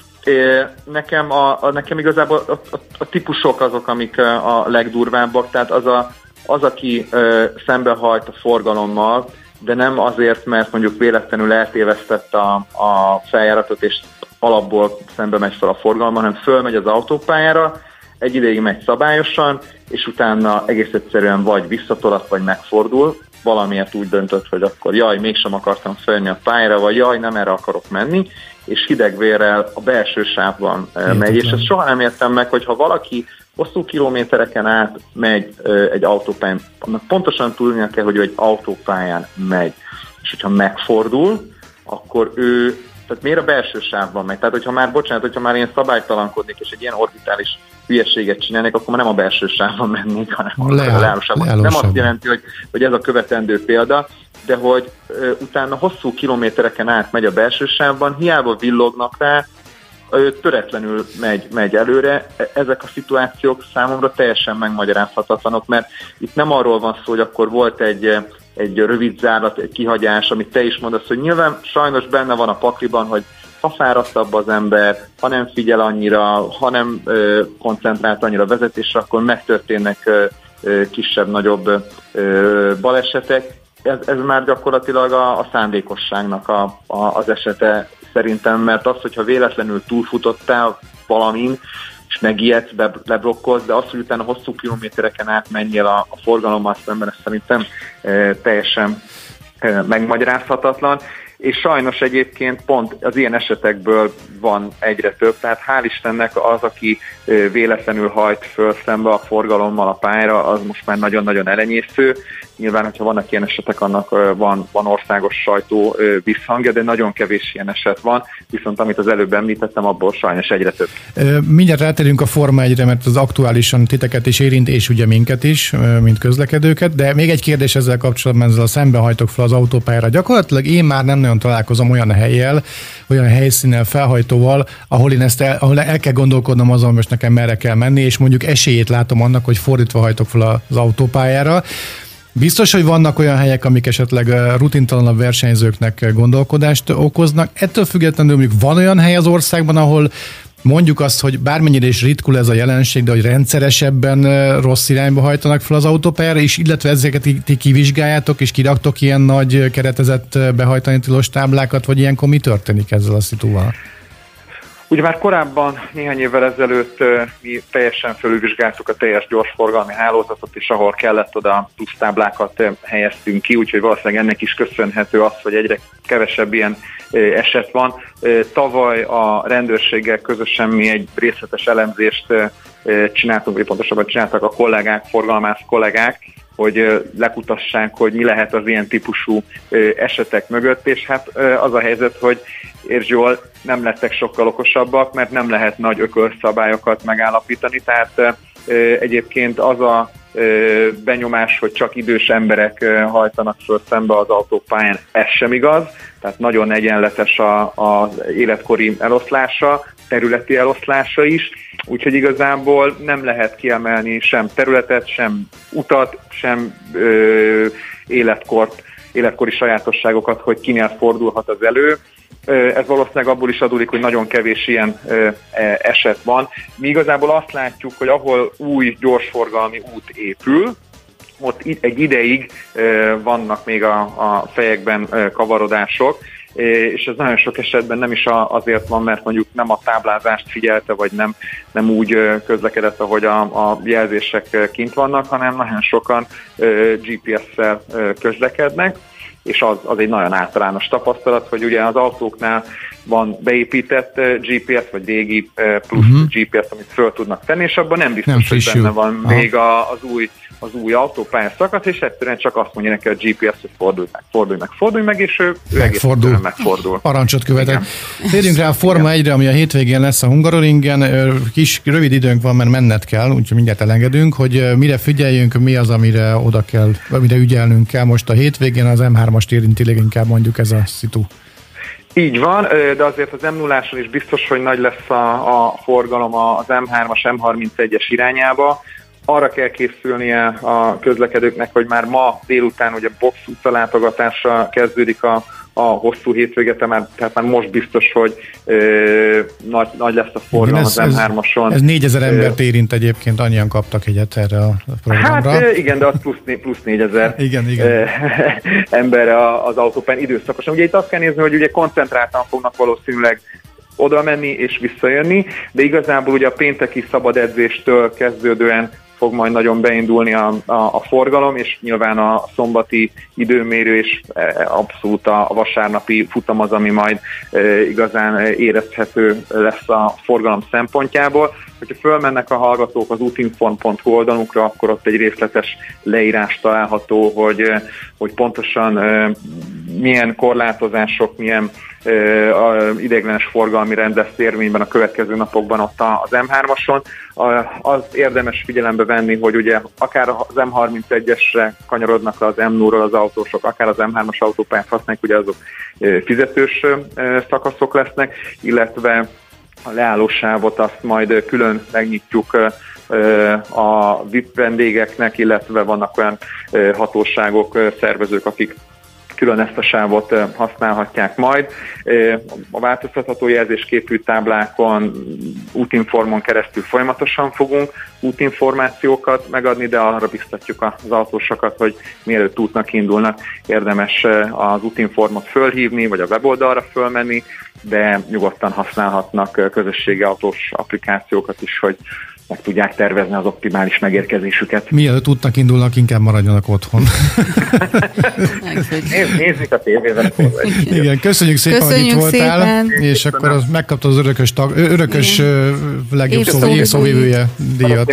Nekem igazából a típusok azok, amik a legdurvábbak, tehát az aki szembehajt a forgalommal, de nem azért, mert mondjuk véletlenül eltévesztett a feljáratot, és alapból szembe megy fel a forgalommal, hanem fölmegy az autópályára, egy ideig megy szabályosan, és utána egész egyszerűen vagy visszatolat, vagy megfordul, valamiért úgy döntött, hogy akkor mégsem akartam felni a pályára, vagy nem erre akarok menni, és hidegvérrel a belső sávban megy, és ezt soha nem értem meg, hogy ha valaki hosszú kilométereken át megy egy autópályán, annak pontosan tudnia kell, hogy egy autópályán megy, és hogyha megfordul, akkor tehát miért a belső sávban megy? Tehát, hogyha már én szabálytalankodnék, és egy ilyen orbitális hülyeséget csinálnék, akkor már nem a belső sávban mennék, hanem a leálló sávban. Nem azt jelenti, hogy ez a követendő példa, de hogy utána hosszú kilométereken át megy a belső sávban, hiába villognak rá, töretlenül megy előre. Ezek a szituációk számomra teljesen megmagyarázhatatlanok, mert itt nem arról van szó, hogy akkor volt egy rövid zárlat, egy kihagyás, amit te is mondasz, hogy nyilván sajnos benne van a pakliban, hogy ha fáradtabb az ember, ha nem figyel annyira, ha nem koncentrált annyira a vezetésre, akkor megtörténnek kisebb-nagyobb balesetek. ez már gyakorlatilag a szándékosságnak az esete szerintem, mert az, hogyha véletlenül túlfutottál valamin, és megijedsz, leblokkolsz, de az, hogy utána hosszú kilométereken átmenjél a forgalommal szemben, ez szerintem teljesen megmagyarázhatatlan, és sajnos egyébként pont az ilyen esetekből van egyre több, tehát hál' Istennek az, aki véletlenül hajt föl szembe a forgalommal a pályára, az most már nagyon-nagyon elenyésző. Nyilván, hogyha vannak ilyen esetek, annak van országos sajtó visszhangja, de nagyon kevés ilyen eset van, viszont amit az előbb említettem, abból sajnos egyre több. Mindjárt rátérünk a Forma 1-re, mert az aktuálisan titeket is érint, és ugye minket is, mint közlekedőket, de még egy kérdés ezzel kapcsolatban, ezzel a szembe hajtok fel az autópályára. Gyakorlatilag én már nem nagyon találkozom olyan helyjel, olyan helyszínnel, felhajtóval, ahol el kell gondolkodnom azon, most nekem merre kell menni, és mondjuk esélyét látom annak, hogy fordítva hajtok fel az autópályára. Biztos, hogy vannak olyan helyek, amik esetleg rutintalanabb versenyzőknek gondolkodást okoznak. Ettől függetlenül mondjuk van olyan hely az országban, ahol mondjuk azt, hogy bármennyire is ritkul ez a jelenség, de hogy rendszeresebben rossz irányba hajtanak fel az autópályára, és illetve ezeket ti kivizsgáljátok, és kiraktok ilyen nagy keretezett behajtani tilos táblákat, vagy ilyenkor mi történik ezzel a szitúval? Ugye már korábban, néhány évvel ezelőtt mi teljesen felülvizsgáltuk a teljes gyorsforgalmi hálózatot, és ahol kellett, oda plusz táblákat helyeztünk ki, úgyhogy valószínűleg ennek is köszönhető az, hogy egyre kevesebb ilyen eset van. Tavaly a rendőrséggel közösen mi egy részletes elemzést csináltunk, vagy pontosabban csináltak a kollégák, forgalmász kollégák, hogy lekutassák, hogy mi lehet az ilyen típusú esetek mögött, és hát az a helyzet, hogy értsd jól, nem lettek sokkal okosabbak, mert nem lehet nagy ökölszabályokat megállapítani, tehát egyébként az a benyomás, hogy csak idős emberek hajtanak föl szembe az autópályán, ez sem igaz, tehát nagyon egyenletes az életkori eloszlása, területi eloszlása is, úgyhogy igazából nem lehet kiemelni sem területet, sem utat, sem életkori sajátosságokat, hogy kinél fordulhat az elő. Ez valószínűleg abból is adódik, hogy nagyon kevés ilyen eset van. Mi igazából azt látjuk, hogy ahol új gyorsforgalmi út épül, ott egy ideig vannak még a fejekben kavarodások, és ez nagyon sok esetben nem is azért van, mert mondjuk nem a táblázást figyelte, vagy nem úgy közlekedett, ahogy a jelzések kint vannak, hanem nagyon sokan GPS-szel közlekednek, és az egy nagyon általános tapasztalat, hogy ugye az autóknál van beépített GPS, vagy régi plusz GPS, amit föl tudnak tenni, és abban nem biztos, hogy benne van még az új autópálya szakasz, és egyszerűen csak azt mondja neki a GPS, hogy fordulj meg, és ő egész megfordul. Parancsot követett. Térjünk rá a Forma 1-re, ami a hétvégén lesz a Hungaroringen. Rövid időnk van, mert menned kell, úgyhogy mindjárt elengedünk, hogy mire figyeljünk, mi az, amire oda kell, amire ügyelnünk kell. Most a hétvégén az M3-ast érinti leginkább, mondjuk ez a szitu. Így van, de azért az M0-áson is biztos, hogy nagy lesz a forgalom az M3-as, M31-es irányába. Arra kell készülnie a közlekedőknek, hogy már ma délután ugye Box utca látogatásra kezdődik a hosszú hétvége, tehát már most biztos, hogy nagy lesz a forgalom az M3-ason. Ez 4000 embert érint egyébként, annyian kaptak egyet erre a programra. Hát igen, de az plusz 4000 igen. ember az autópályán időszakosan. Ugye itt azt kell nézni, hogy ugye koncentráltan fognak valószínűleg oda menni és visszajönni, de igazából ugye a pénteki szabad edzéstől kezdődően fog majd nagyon beindulni a forgalom, és nyilván a szombati időmérő és abszolút a vasárnapi futam az, ami majd igazán érezhető lesz a forgalom szempontjából. Hogyha fölmennek a hallgatók az útinform.hu oldalunkra, akkor ott egy részletes leírás található, hogy pontosan milyen korlátozások, milyen ideiglenes forgalmi rend lesz érvényben a következő napokban ott az M3-ason. Az érdemes figyelembe venni, hogy ugye akár az M31-esre kanyarodnak az M0-ról az autósok, akár az M3-as autópályát használják, ugye azok fizetős szakaszok lesznek, illetve a leállósávot azt majd külön megnyitjuk a VIP vendégeknek, illetve vannak olyan hatóságok, szervezők, akik külön ezt a sávot használhatják majd. A változtatható jelzésképű táblákon, útinformon keresztül folyamatosan fogunk útinformációkat megadni, de arra biztatjuk az autósokat, hogy mielőtt útnak indulnak, érdemes az útinformot fölhívni, vagy a weboldalra fölmenni, de nyugodtan használhatnak közösségi autós applikációkat is, hogy meg tudják tervezni az optimális megérkezésüket. Mielőtt útnak indulnak, inkább maradjanak otthon. Nézzük a tévében. Igen, köszönjük szépen, hogy itt voltál, szépen. És akkor megkaptad az örökös legjobb évszóvivője díjat.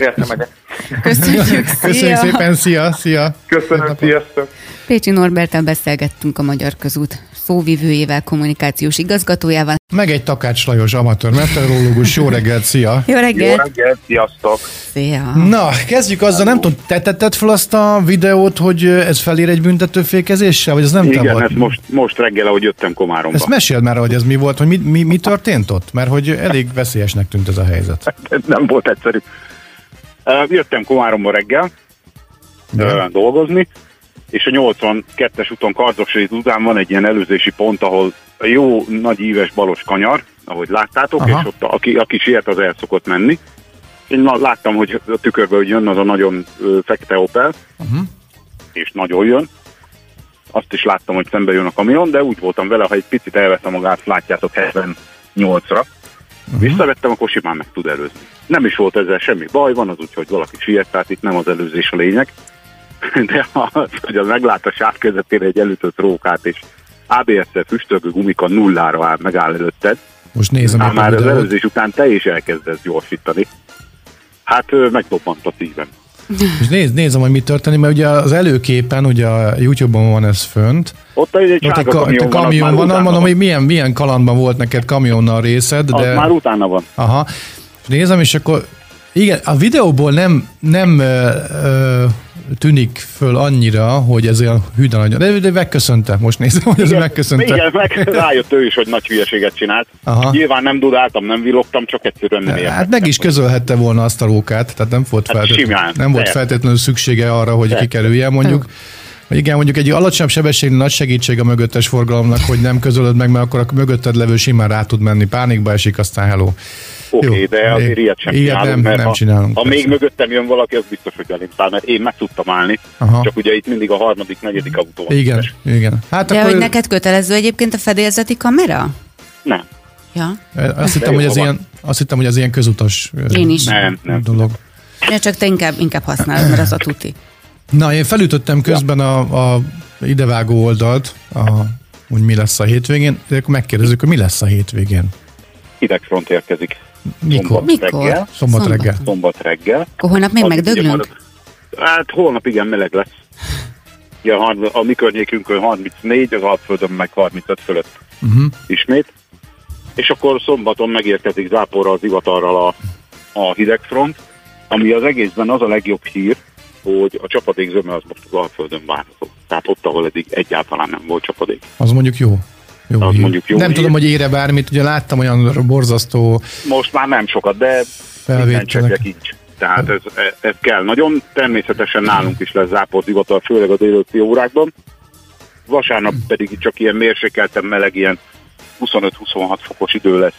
Köszönjük szépen, szia! Köszönöm, sziasztok! Pécsi Norberttel beszélgettünk a Magyar Közút szóvivőjével, kommunikációs igazgatójával. Meg egy Takács Lajos amatőr meteorológus. Jó reggelt, szia! Jó reggelt! Jó reggelt, sziasztok! Szia! Na, kezdjük azzal, nem tudom, te tetted fel azt a videót, hogy ez felér egy büntetőfékezéssel, vagy ez nem te volt? Igen, ez most reggel, ahogy jöttem Komáromba. Ezt meséld már, hogy ez mi volt, hogy mi történt ott? Mert hogy elég veszélyesnek tűnt ez a helyzet. Nem volt egyszerű. Jöttem Komáromba reggel dolgozni, és a 82-es úton Kardzsokséri után van egy ilyen előzési pont, ahol jó nagy íves balos kanyar, ahogy láttátok, és ott aki siet, az el szokott menni. Én láttam, hogy a tükörbe hogy jön az a nagyon fekete Opel, és nagyon jön. Azt is láttam, hogy szembe jön a kamion, de úgy voltam vele, ha egy picit elveszem a gázt, látjátok 78-ra. Visszavettem, akkor simán meg tud előzni. Nem is volt ezzel semmi baj, van az úgy, hogy valaki siet, tehát itt nem az előzés a lényeg. De az, hogy az meglát a sáv közepére egy elütött rókát, és ABS-szel füstölgő gumika nullára megáll előtted. Most nézem már az előzés után te is elkezdesz gyorsítani. Hát megdobbant a szívem. És nézem, hogy mi történik, mert ugye az előképen, ugye a YouTube-on van ez fönt. Ott egy kamion van, mondom, hogy milyen kalandban volt neked kamionnal részed. De... Az már utána van. Aha. És nézem, és akkor igen, a videóból nem tűnik föl annyira, hogy ez olyan hűden nagyon. De megköszönte, most nézem, hogy ez megköszönte. Igen, rájött ő is, hogy nagy hülyeséget csinált. Aha. Nyilván nem dudáltam, nem villogtam, csak egyszerűen nem értem. Hát meg is közölhette volna azt a rókát, tehát nem volt feltétlenül szüksége arra, hogy kikerüljen, mondjuk. Igen, mondjuk egy alacsonyabb sebességű nagy segítség a mögöttes forgalomnak, hogy nem közölöd meg, mert akkor a mögötted levő simán rá tud menni, pánikba esik, aztán hello. Oké, de azért ilyet sem csinálunk, mert nem csinálunk, ha még mögöttem jön valaki, az biztos, hogy elém száll, mert én meg tudtam állni, csak ugye itt mindig a harmadik, negyedik autó van. Igen. Hát de akkor... hogy neked kötelező egyébként a fedélzeti kamera? Nem. Ja. Azt hittem, hogy az ilyen közutas én is. Nem. dolog. Ja, csak te inkább használod, mert az a tuti. Na, én felütöttem közben a idevágó oldalt, hogy mi lesz a hétvégén, de akkor megkérdezzük, hogy mi lesz a hétvégén. Hidegfront érkezik. Mikor? Szombat reggel. Szombat reggel. Akkor holnap még megdöglünk? Hát holnap igen, meleg lesz. Ja, a mi környékünkön 34, az Alföldön meg 35 fölött ismét. És akkor szombaton megérkezik Záporra az Ivatarral a hidegfront, ami az egészben az a legjobb hír, hogy a csapadékzöme az most az Alföldön várható. Tehát ott, ahol eddig egyáltalán nem volt csapadék. Az mondjuk jó. Nem tudom, hogy ére bármit, ugye láttam olyan borzasztó... Most már nem sokat, de minden cseppek így. Tehát ez kell nagyon. Természetesen nálunk is lesz zápor divatal, főleg a délelőtti órákban. Vasárnap pedig csak ilyen mérsékelten meleg, ilyen 25-26 fokos idő lesz.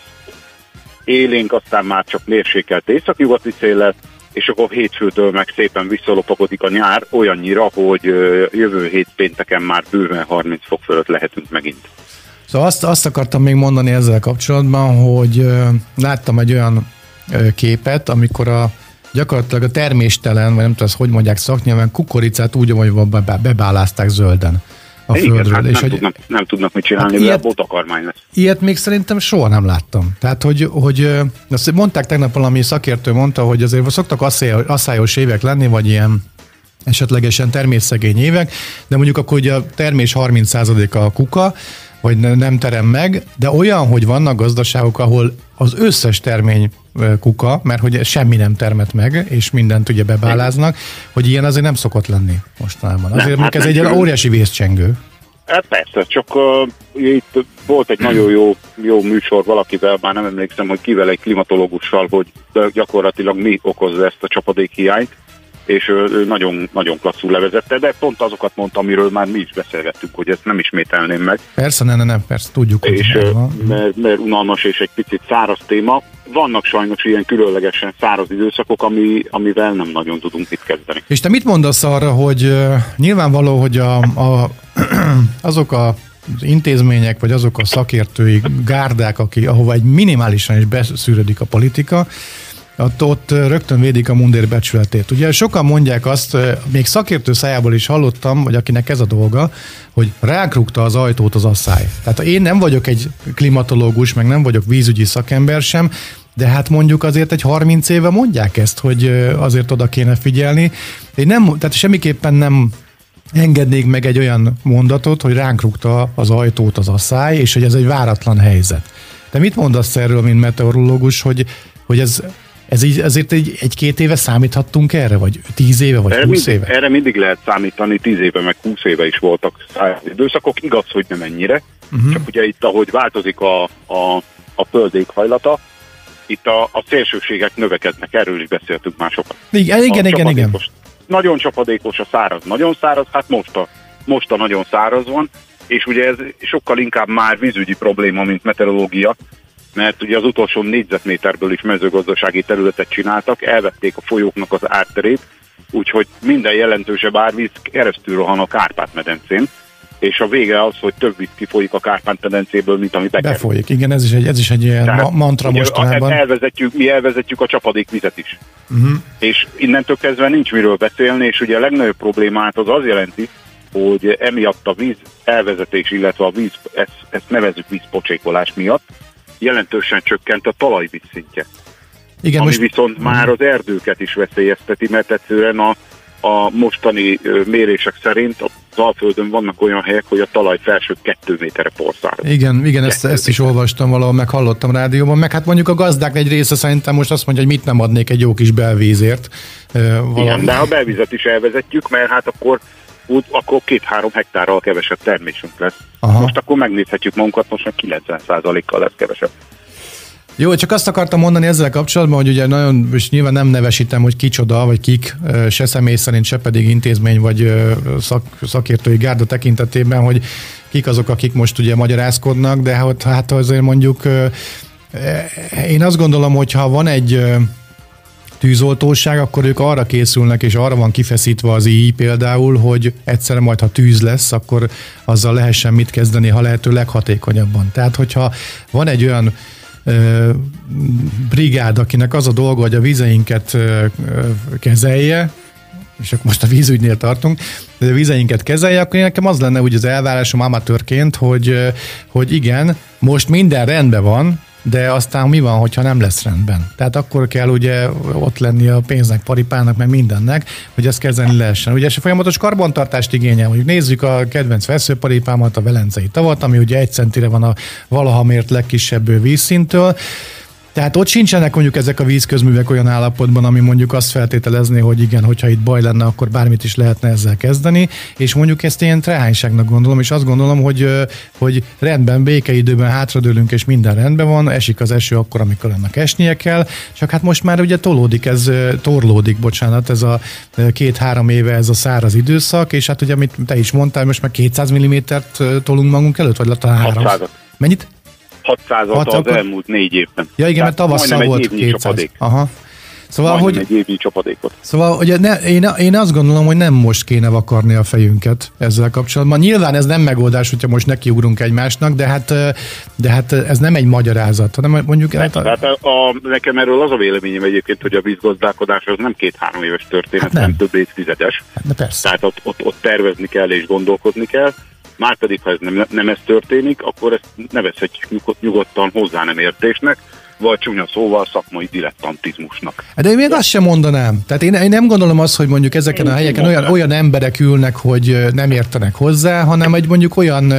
Élénk, aztán már csak mérsékelt északnyugati széllel, és akkor hétfőtől meg szépen visszalopakodik a nyár olyannyira, hogy jövő hét pénteken már bőven 30 fok fölött lehetünk megint. Szóval azt akartam még mondani ezzel kapcsolatban, hogy láttam egy olyan képet, amikor gyakorlatilag a terméstelen, vagy nem tudom, hogy mondják szaknyelven, kukoricát úgy, hogy bebálázták zölden a földről. Hát és nem tudnak mit csinálni, mert botakarmány lesz. Ilyet még szerintem soha nem láttam. Tehát, hogy azt mondták tegnap, valami szakértő mondta, hogy azért szoktak asszályos évek lenni, vagy ilyen esetlegesen termésszegény évek, de mondjuk akkor ugye a termés 30%-a a kuka, vagy nem terem meg, de olyan, hogy vannak gazdaságok, ahol az összes termény kuka, mert hogy semmi nem termet meg, és mindent ugye bebáláznak, hogy ilyen azért nem szokott lenni mostanában. Azért hát ez egy óriási vészcsengő. Hát persze, csak itt volt egy nagyon jó műsor valakivel, már nem emlékszem, hogy kivel, egy klimatológussal, hogy gyakorlatilag mi okozza ezt a csapadékhiányt, és ő nagyon, nagyon klasszul levezette, de pont azokat mondta, amiről már mi is beszélgettünk, hogy ezt nem ismételném meg. Persze, nem, persze, tudjuk. És mert unalmas és egy picit száraz téma. Vannak sajnos ilyen különlegesen száraz időszakok, amivel nem nagyon tudunk mit kezdeni. És te mit mondasz arra, hogy nyilvánvaló, hogy azok az intézmények, vagy azok a szakértői gárdák, ahova egy minimálisan is beszűrődik a politika, ott rögtön védik a mundér becsületét. Ugye sokan mondják azt, még szakértő szájából is hallottam, vagy akinek ez a dolga, hogy ránk rúgta az ajtót az asszály. Tehát én nem vagyok egy klimatológus, meg nem vagyok vízügyi szakember sem, de hát mondjuk azért egy 30 éve mondják ezt, hogy azért oda kéne figyelni. Tehát semmiképpen nem engednék meg egy olyan mondatot, hogy ránk rúgta az ajtót az asszály, és hogy ez egy váratlan helyzet. De mit mondasz erről, mint meteorológus, hogy ez így azért egy-két éve számíthattunk erre, vagy 10 éve, vagy 20 éve? Erre mindig lehet számítani, 10 éve, meg 20 éve is voltak száraz időszakok, igaz, hogy nem ennyire, csak ugye itt, ahogy változik a föld éghajlata, itt a szélsőségek növekednek, erről is beszéltünk már sokat. Igen. Nagyon csapadékos a száraz, nagyon száraz, hát most a nagyon száraz van, és ugye ez sokkal inkább már vízügyi probléma, mint meteorológia, mert ugye az utolsó négyzetméterből is mezőgazdasági területet csináltak, elvették a folyóknak az árterét, úgyhogy minden jelentősebb árvíz keresztül rohan a Kárpát-medencén, és a vége az, hogy több víz kifolyik a Kárpát-medencéből, mint ami bekerül. Befolyik, igen, ez is egy ilyen mantra mostanában. Mi elvezetjük a csapadékvizet is. És innentől kezdve nincs miről beszélni, és ugye a legnagyobb problémát az jelenti, hogy emiatt a víz elvezetés, illetve a víz, ezt nevezzük vízpocsékolás miatt, jelentősen csökkent a talajvíz szintje. Igen, ami viszont már az erdőket is veszélyezteti, mert egyszerűen a mostani mérések szerint az Alföldön vannak olyan helyek, hogy a talaj felső 2 méterre porszárad. Igen, ezt is olvastam valahol, meg hallottam rádióban, meg hát mondjuk a gazdák egy része szerintem most azt mondja, hogy mit nem adnék egy jó kis belvízért. Igen, de ha belvizet is elvezetjük, mert hát akkor 2-3 hektárral kevesebb termésünk lesz. Aha. Most akkor megnézhetjük magunkat, most már 90%-kal lesz kevesebb. Jó, csak azt akartam mondani ezzel kapcsolatban, hogy ugye nagyon, és nyilván nem nevesítem, hogy kicsoda, vagy kik, se személy szerint, se pedig intézmény, vagy szakértői gárda tekintetében, hogy kik azok, akik most ugye magyarázkodnak, de hát azért mondjuk én azt gondolom, hogy ha van egy tűzoltóság, akkor ők arra készülnek, és arra van kifeszítve az íj például, hogy egyszerre majd, ha tűz lesz, akkor azzal lehessen mit kezdeni, ha lehető leghatékonyabban. Tehát, hogyha van egy olyan brigád, akinek az a dolga, hogy a vizeinket kezelje, és akkor most a vízügynél tartunk, de a vizeinket kezelje, akkor nekem az lenne úgy az elvárásom amatőrként, hogy igen, most minden rendben van, de aztán mi van, hogyha nem lesz rendben? Tehát akkor kell ugye ott lenni a pénznek, paripának, meg mindennek, hogy ezt kezelni lehessen. Ugye és a folyamatos karbantartást igényel, mondjuk nézzük a kedvenc veszőparipámat, a Velencei tavat, ami ugye 1 centire van a valaha mért legkisebb vízszinttől. Tehát ott sincsenek mondjuk ezek a vízközművek olyan állapotban, ami mondjuk azt feltételezné, hogy igen, hogyha itt baj lenne, akkor bármit is lehetne ezzel kezdeni, és mondjuk ezt ilyen trehányságnak gondolom, és azt gondolom, hogy rendben, békeidőben hátradőlünk, és minden rendben van, esik az eső akkor, amikor ennek esnie kell, csak hát most már ugye torlódik, ez a 2-3 éve ez a száraz időszak, és hát ugye, amit te is mondtál, most már 200 mm-t tolunk magunk előtt, vagy talán 300? Mennyit? 600-at az elmúlt 4 évben. Ja igen, mert tavasszal volt 200. Aha. Szóval, hogy egy évnyi csapadékot. Szóval ugye én azt gondolom, hogy nem most kéne vakarni a fejünket ezzel kapcsolatban. Nyilván ez nem megoldás, hogyha most nekiugrunk egymásnak, de hát ez nem egy magyarázat, hanem mondjuk... Nekem erről az a véleményem egyébként, hogy a vízgazdálkodás az nem 2-3 éves történet, nem több évtizedes. Tehát ott tervezni kell és gondolkodni kell. Márpedig, ha ez nem ez történik, akkor ezt nevezhetjük nyugodtan hozzá nem értésnek, vagy csúnya szóval szakmai dilettantizmusnak. De én még azt sem mondanám. Tehát én nem gondolom azt, hogy mondjuk ezeken a helyeken olyan emberek ülnek, hogy nem értenek hozzá, hanem egy mondjuk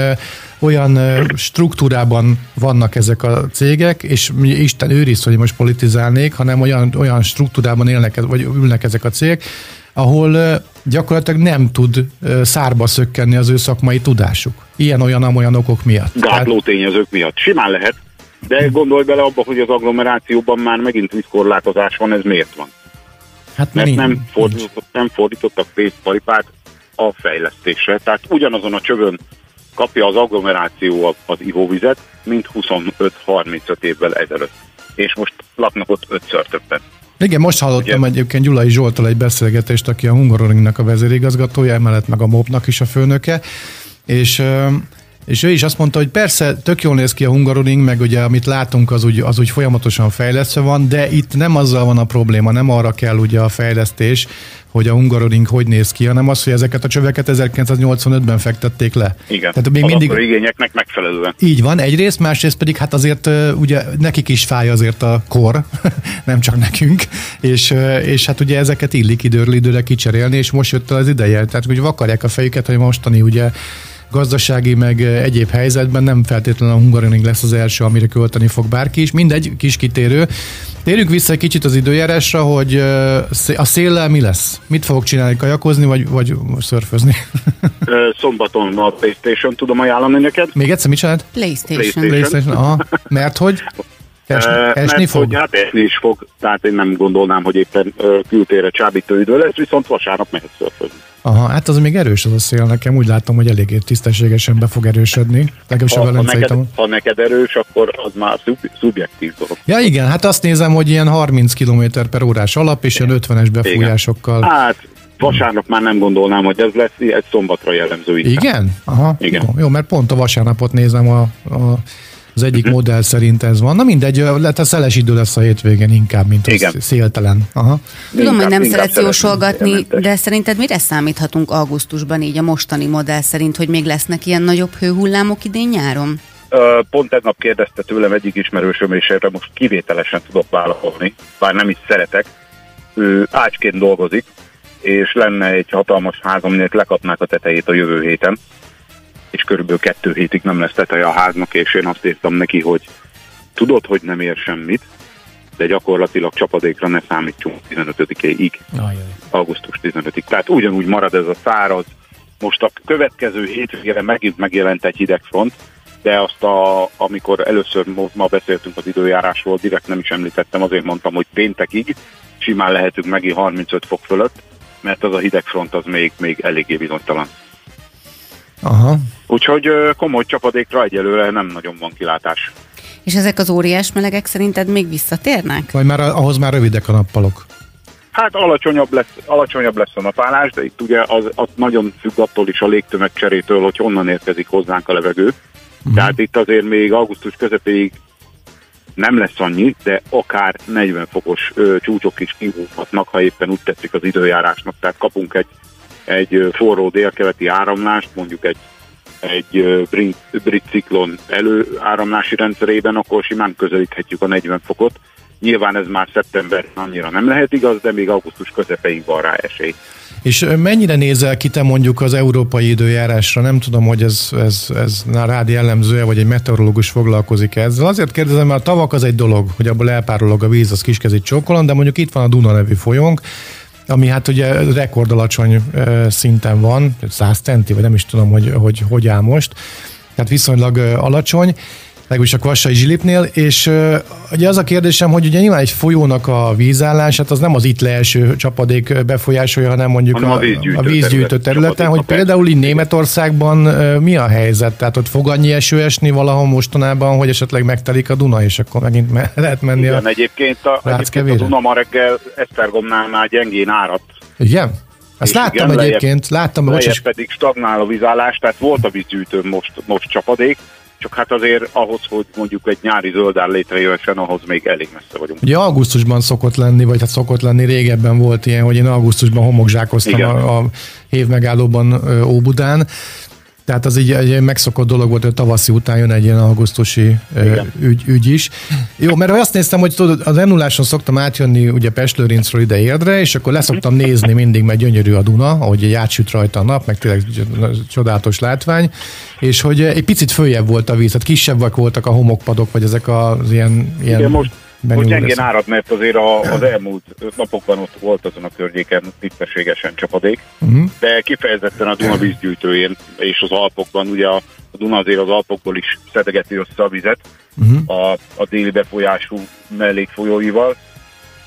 olyan struktúrában vannak ezek a cégek, és Isten őriz, hogy most politizálnék, hanem olyan struktúrában élnek, vagy ülnek ezek a cégek, ahol gyakorlatilag nem tud szárba szökkenni az ő szakmai tudásuk. Ilyen-olyan okok miatt. Gátló tényezők miatt. Simán lehet, de gondolj bele abba, hogy az agglomerációban már megint vízkorlátozás van, ez miért van? Hát mert nem fordítottak pénzt, paripát a fejlesztésre. Tehát ugyanazon a csövön kapja az agglomeráció az ivóvizet, mint 25-35 évvel ezelőtt. És most laknak ott 5-ször többen. Igen, most hallottam egyébként Gyulai Zsolttal egy beszélgetést, aki a Hungaroringnak a vezérigazgatója, emellett meg a MOP-nak is a főnöke, és ő is azt mondta, hogy persze tök jól néz ki a Hungaroring, meg ugye amit látunk, az úgy folyamatosan fejlesztve van, de itt nem azzal van a probléma, nem arra kell ugye a fejlesztés, hogy a Hungaroring hogy néz ki, hanem az, hogy ezeket a csöveket 1985-ben fektették le. Igen, tehát még mindig igényeknek megfelelően. Így van, egyrészt, másrészt pedig hát azért ugye nekik is fáj azért a kor, nem csak nekünk, és hát ugye ezeket illik időről időre kicserélni, és most jött el az ideje, tehát hogy vakarják a fejüket, hogy mostani ugye gazdasági meg egyéb helyzetben nem feltétlenül a Hungaroring lesz az első, amire költeni fog bárki is. Mindegy, kis kitérő. Térjünk vissza egy kicsit az időjárásra, hogy a széllel mi lesz? Mit fogok csinálni, kajakozni, vagy szörfözni? Szombaton a PlayStation tudom ajánlani neked. Még egyszer mit csinált? PlayStation. Aha, mert hogy? Esni fog? Hát esni is fog, tehát én nem gondolnám, hogy éppen kültérre csábító idő lesz, viszont vasárnap mehet szörfözni. Aha, hát az még erős az a szél, nekem úgy látom, hogy eléggé tisztességesen be fog erősödni. Ha neked erős, akkor az már szubjektív dolog. Ja igen, hát azt nézem, hogy ilyen 30 km/h alap, és ilyen 50-es befújásokkal. Igen. Hát vasárnap már nem gondolnám, hogy ez lesz, egy szombatra jellemző. Igen? Aha. Igen. Jó, mert pont a vasárnapot nézem az egyik modell szerint ez van. Na mindegy, lehet a szeles idő lesz a hétvégén inkább, mint a széltelen. Aha. Tudom, hogy nem szeretsz jósolgatni, de szerinted mire számíthatunk augusztusban így a mostani modell szerint, hogy még lesznek ilyen nagyobb hőhullámok idén nyáron? Pont tegnap kérdezte tőlem egyik ismerősöm, és erre most kivételesen tudok válaszolni, bár nem is szeretek. Ő ácsként dolgozik, és lenne egy hatalmas ház, aminek lekapnák a tetejét a jövő héten, és körülbelül 2 hétig nem lesz teteje a háznak, és én azt írtam neki, hogy tudod, hogy nem ér semmit, de gyakorlatilag csapadékra ne számítsunk 15-ig, augusztus 15-ig. Tehát ugyanúgy marad ez a száraz. Most a következő hétvégére megint megjelent egy hidegfront, de azt amikor először ma beszéltünk az időjárásról, direkt nem is említettem, azért mondtam, hogy péntekig simán lehetünk megint 35 fok fölött, mert az a hidegfront az még eléggé bizonytalan. Aha. Úgyhogy komoly csapadékra egyelőre nem nagyon van kilátás. És ezek az óriás melegek szerinted még visszatérnek? Vagy ahhoz már rövidek a nappalok? Hát alacsonyabb lesz a napállás, de itt ugye az nagyon függ attól is a légtömegcserétől, hogy honnan érkezik hozzánk a levegő. Tehát itt azért még augusztus közepéig nem lesz annyi, de akár 40 fokos csúcsok is kihúzhatnak, ha éppen úgy tetszik az időjárásnak. Tehát kapunk egy forró délkeleti áramlást, mondjuk egy brit ciklon előáramlási rendszerében, akkor simán közelíthetjük a 40 fokot. Nyilván ez már szeptember annyira nem lehet igaz, de még augusztus közepéig van rá esély. És mennyire nézel ki te mondjuk az európai időjárásra? Nem tudom, hogy ez rád jellemzője, vagy egy meteorológus foglalkozik ezzel. Azért kérdezem, mert a tavak az egy dolog, hogy abból elpárolog a víz, az kiskezit csókolon, de mondjuk itt van a Duna nevű folyónk, ami hát ugye rekordalacsony szinten van, 100 centi, vagy nem is tudom, hogy áll most. Tehát viszonylag alacsony, legalábbis a Kvassai Zsilipnél, és ugye az a kérdésem, hogy ugye nyilván egy folyónak a vízállását az nem az itt leeső csapadék befolyásolja, hanem mondjuk a vízgyűjtő területen, hogy például így Németországban mi a helyzet? Tehát ott fog annyi eső esni valahol mostanában, hogy esetleg megtelik a Duna, és akkor megint lehet menni. Igen, egyébként a Duna ma reggel Esztergomnál már gyengén áradt. Igen? Ezt láttam igen, egyébként. Lejjebb pedig stagnál a vízállás, tehát volt a vízgyűjtőn most csapadék, csak hát azért ahhoz, hogy mondjuk egy nyári zöldár létrejöjjön, ahhoz még elég messze vagyunk. Ugye augusztusban szokott lenni, vagy hát szokott lenni, régebben volt ilyen, hogy én augusztusban homokzsákoztam a hévmegállóban Óbudán. Tehát az így egy megszokott dolog volt, hogy tavaszi után jön egy ilyen augusztusi ügy is. Jó, mert azt néztem, hogy tudod, az M0-áson szoktam átjönni ugye Pest-Lőrincről ide Érdre, és akkor leszoktam nézni mindig, mert gyönyörű a Duna, ahogy egy átsüt rajta a nap, meg tényleg csodálatos látvány, és hogy egy picit följebb volt a víz, tehát kisebbek voltak a homokpadok, vagy ezek az ilyen igen, most gyengén árad, mert azért az elmúlt napokban ott volt azon a környéken tisztességesen csapadék, de kifejezetten a Duna vízgyűjtőjén és az Alpokban, ugye a Duna azért az Alpokból is szedegeti össze a vizet a déli befolyású mellékfolyóival,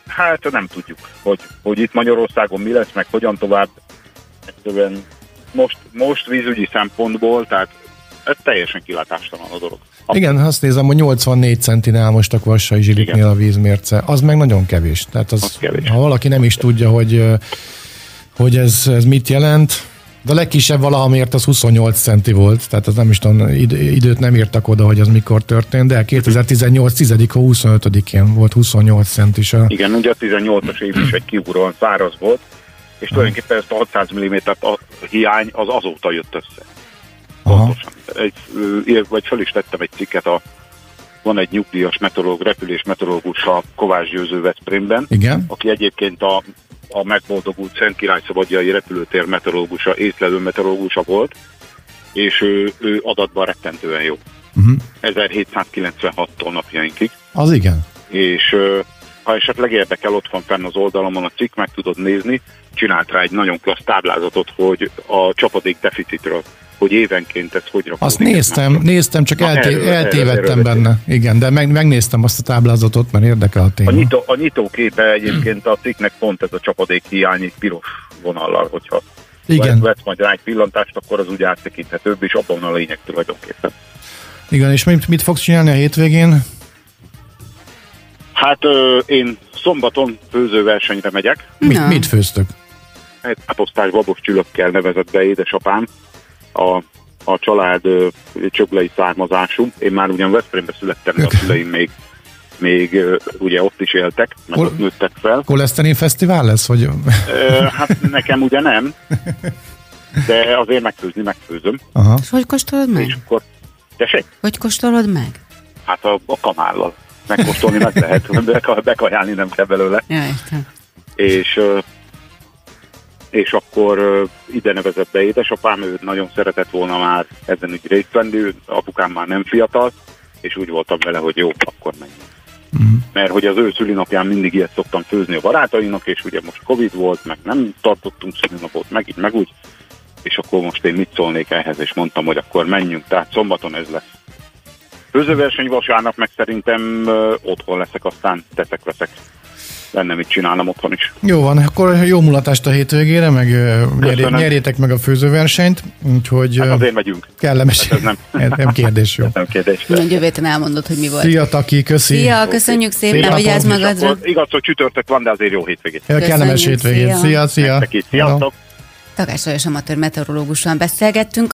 Hát nem tudjuk, hogy itt Magyarországon mi lesz, meg hogyan tovább. Egyszerűen most vízügyi szempontból, tehát ez teljesen kilátástalan a dolog. Igen, azt nézem, hogy 84 centinál most a Kvassai Zsiliknél a vízmérce. Az meg nagyon kevés. Tehát az kevés. Ha valaki nem is tudja, hogy ez mit jelent, de a legkisebb valaha mért az 28 centi volt, tehát az nem is tudom, időt nem írtak oda, hogy az mikor történt, de 2018 10-a 25-én volt 28 cent is. Igen, ugye a 18-as év is egy kiugróan száraz volt, és tulajdonképpen ezt a 600 mm-t a hiány az azóta jött össze. Pontosan. Vagy fel is tettem egy cikket, van egy nyugdíjas repülés meteorológus a Kovács Győző Veszprémben, igen? Aki egyébként a megboldogult Szent Király Szabadjai repülőtér meteorológusa, észlelő meteorológusa volt, és ő adatban rettentően jó. 1796-tól napjainkig. Az igen. És ha esetleg érdekel, ott van fenn az oldalamon a cikk, meg tudod nézni, csinált rá egy nagyon klassz táblázatot, hogy a csapadék deficitről, hogy évenként ez hogy rakódik. Azt néztem, csak eltévedtem benne. Igen, de megnéztem azt a táblázatot, mert érdekel a téma. A nyitóképe egyébként a cikknek pont ez a csapadék hiány piros vonallal, hogyha vesz majd rá egy pillantást, akkor az úgy áttekinthetőbb, és abban a lényeg tulajdonképpen. Igen, és mit fogsz csinálni a hétvégén? Hát én szombaton főzőversenyre megyek. Mit főztök? Egy káposztás babos csülökkel nevezett be édesapám. A család csöglei származású. Én már ugyan Veszprémbe születtem, de a szüleim még ugye ott is éltek, meg ott nőttek fel. Koleszterin fesztivál lesz? Vagy? Hát nekem ugye nem, de azért megfőzöm. Aha. És hogy kóstolod meg? És akkor, tessék? Hogy kóstolod meg? Hát a kanállal. Megkóstolni meg lehet, bekajálni nem kell belőle. Ja, értem. És akkor ide nevezett be édesapám, ő nagyon szeretett volna már ezen úgy részt venni, apukám már nem fiatal, és úgy voltam vele, hogy jó, akkor menjünk. Mert hogy az ő szülinapján mindig ilyet szoktam főzni a barátainak, és ugye most Covid volt, meg nem tartottunk szülinapot, meg így, meg úgy, és akkor most én mit szólnék ehhez, és mondtam, hogy akkor menjünk, tehát szombaton ez lesz. Főzőverseny vasárnap, meg szerintem otthon leszek, aztán veszek. Lenne mit csinálnom otthon is. Jó van, akkor jó mulatást a hétvégére, meg nyerjétek meg a főzőversenyt, úgyhogy hát azért megyünk. Kellemes. Hát nem kérdés, jó. Nem kérdés. Jövő héten elmondod, hogy mi volt. Szia, Taki, köszi. Szia, köszönjük szépen, vigyázz magadra. Igaz, hogy csütörtök van, de azért jó hétvégét. Kellemes hétvégét. Szia. Sziasztok. Takács Lajos amatőr meteorológussal beszélgettünk.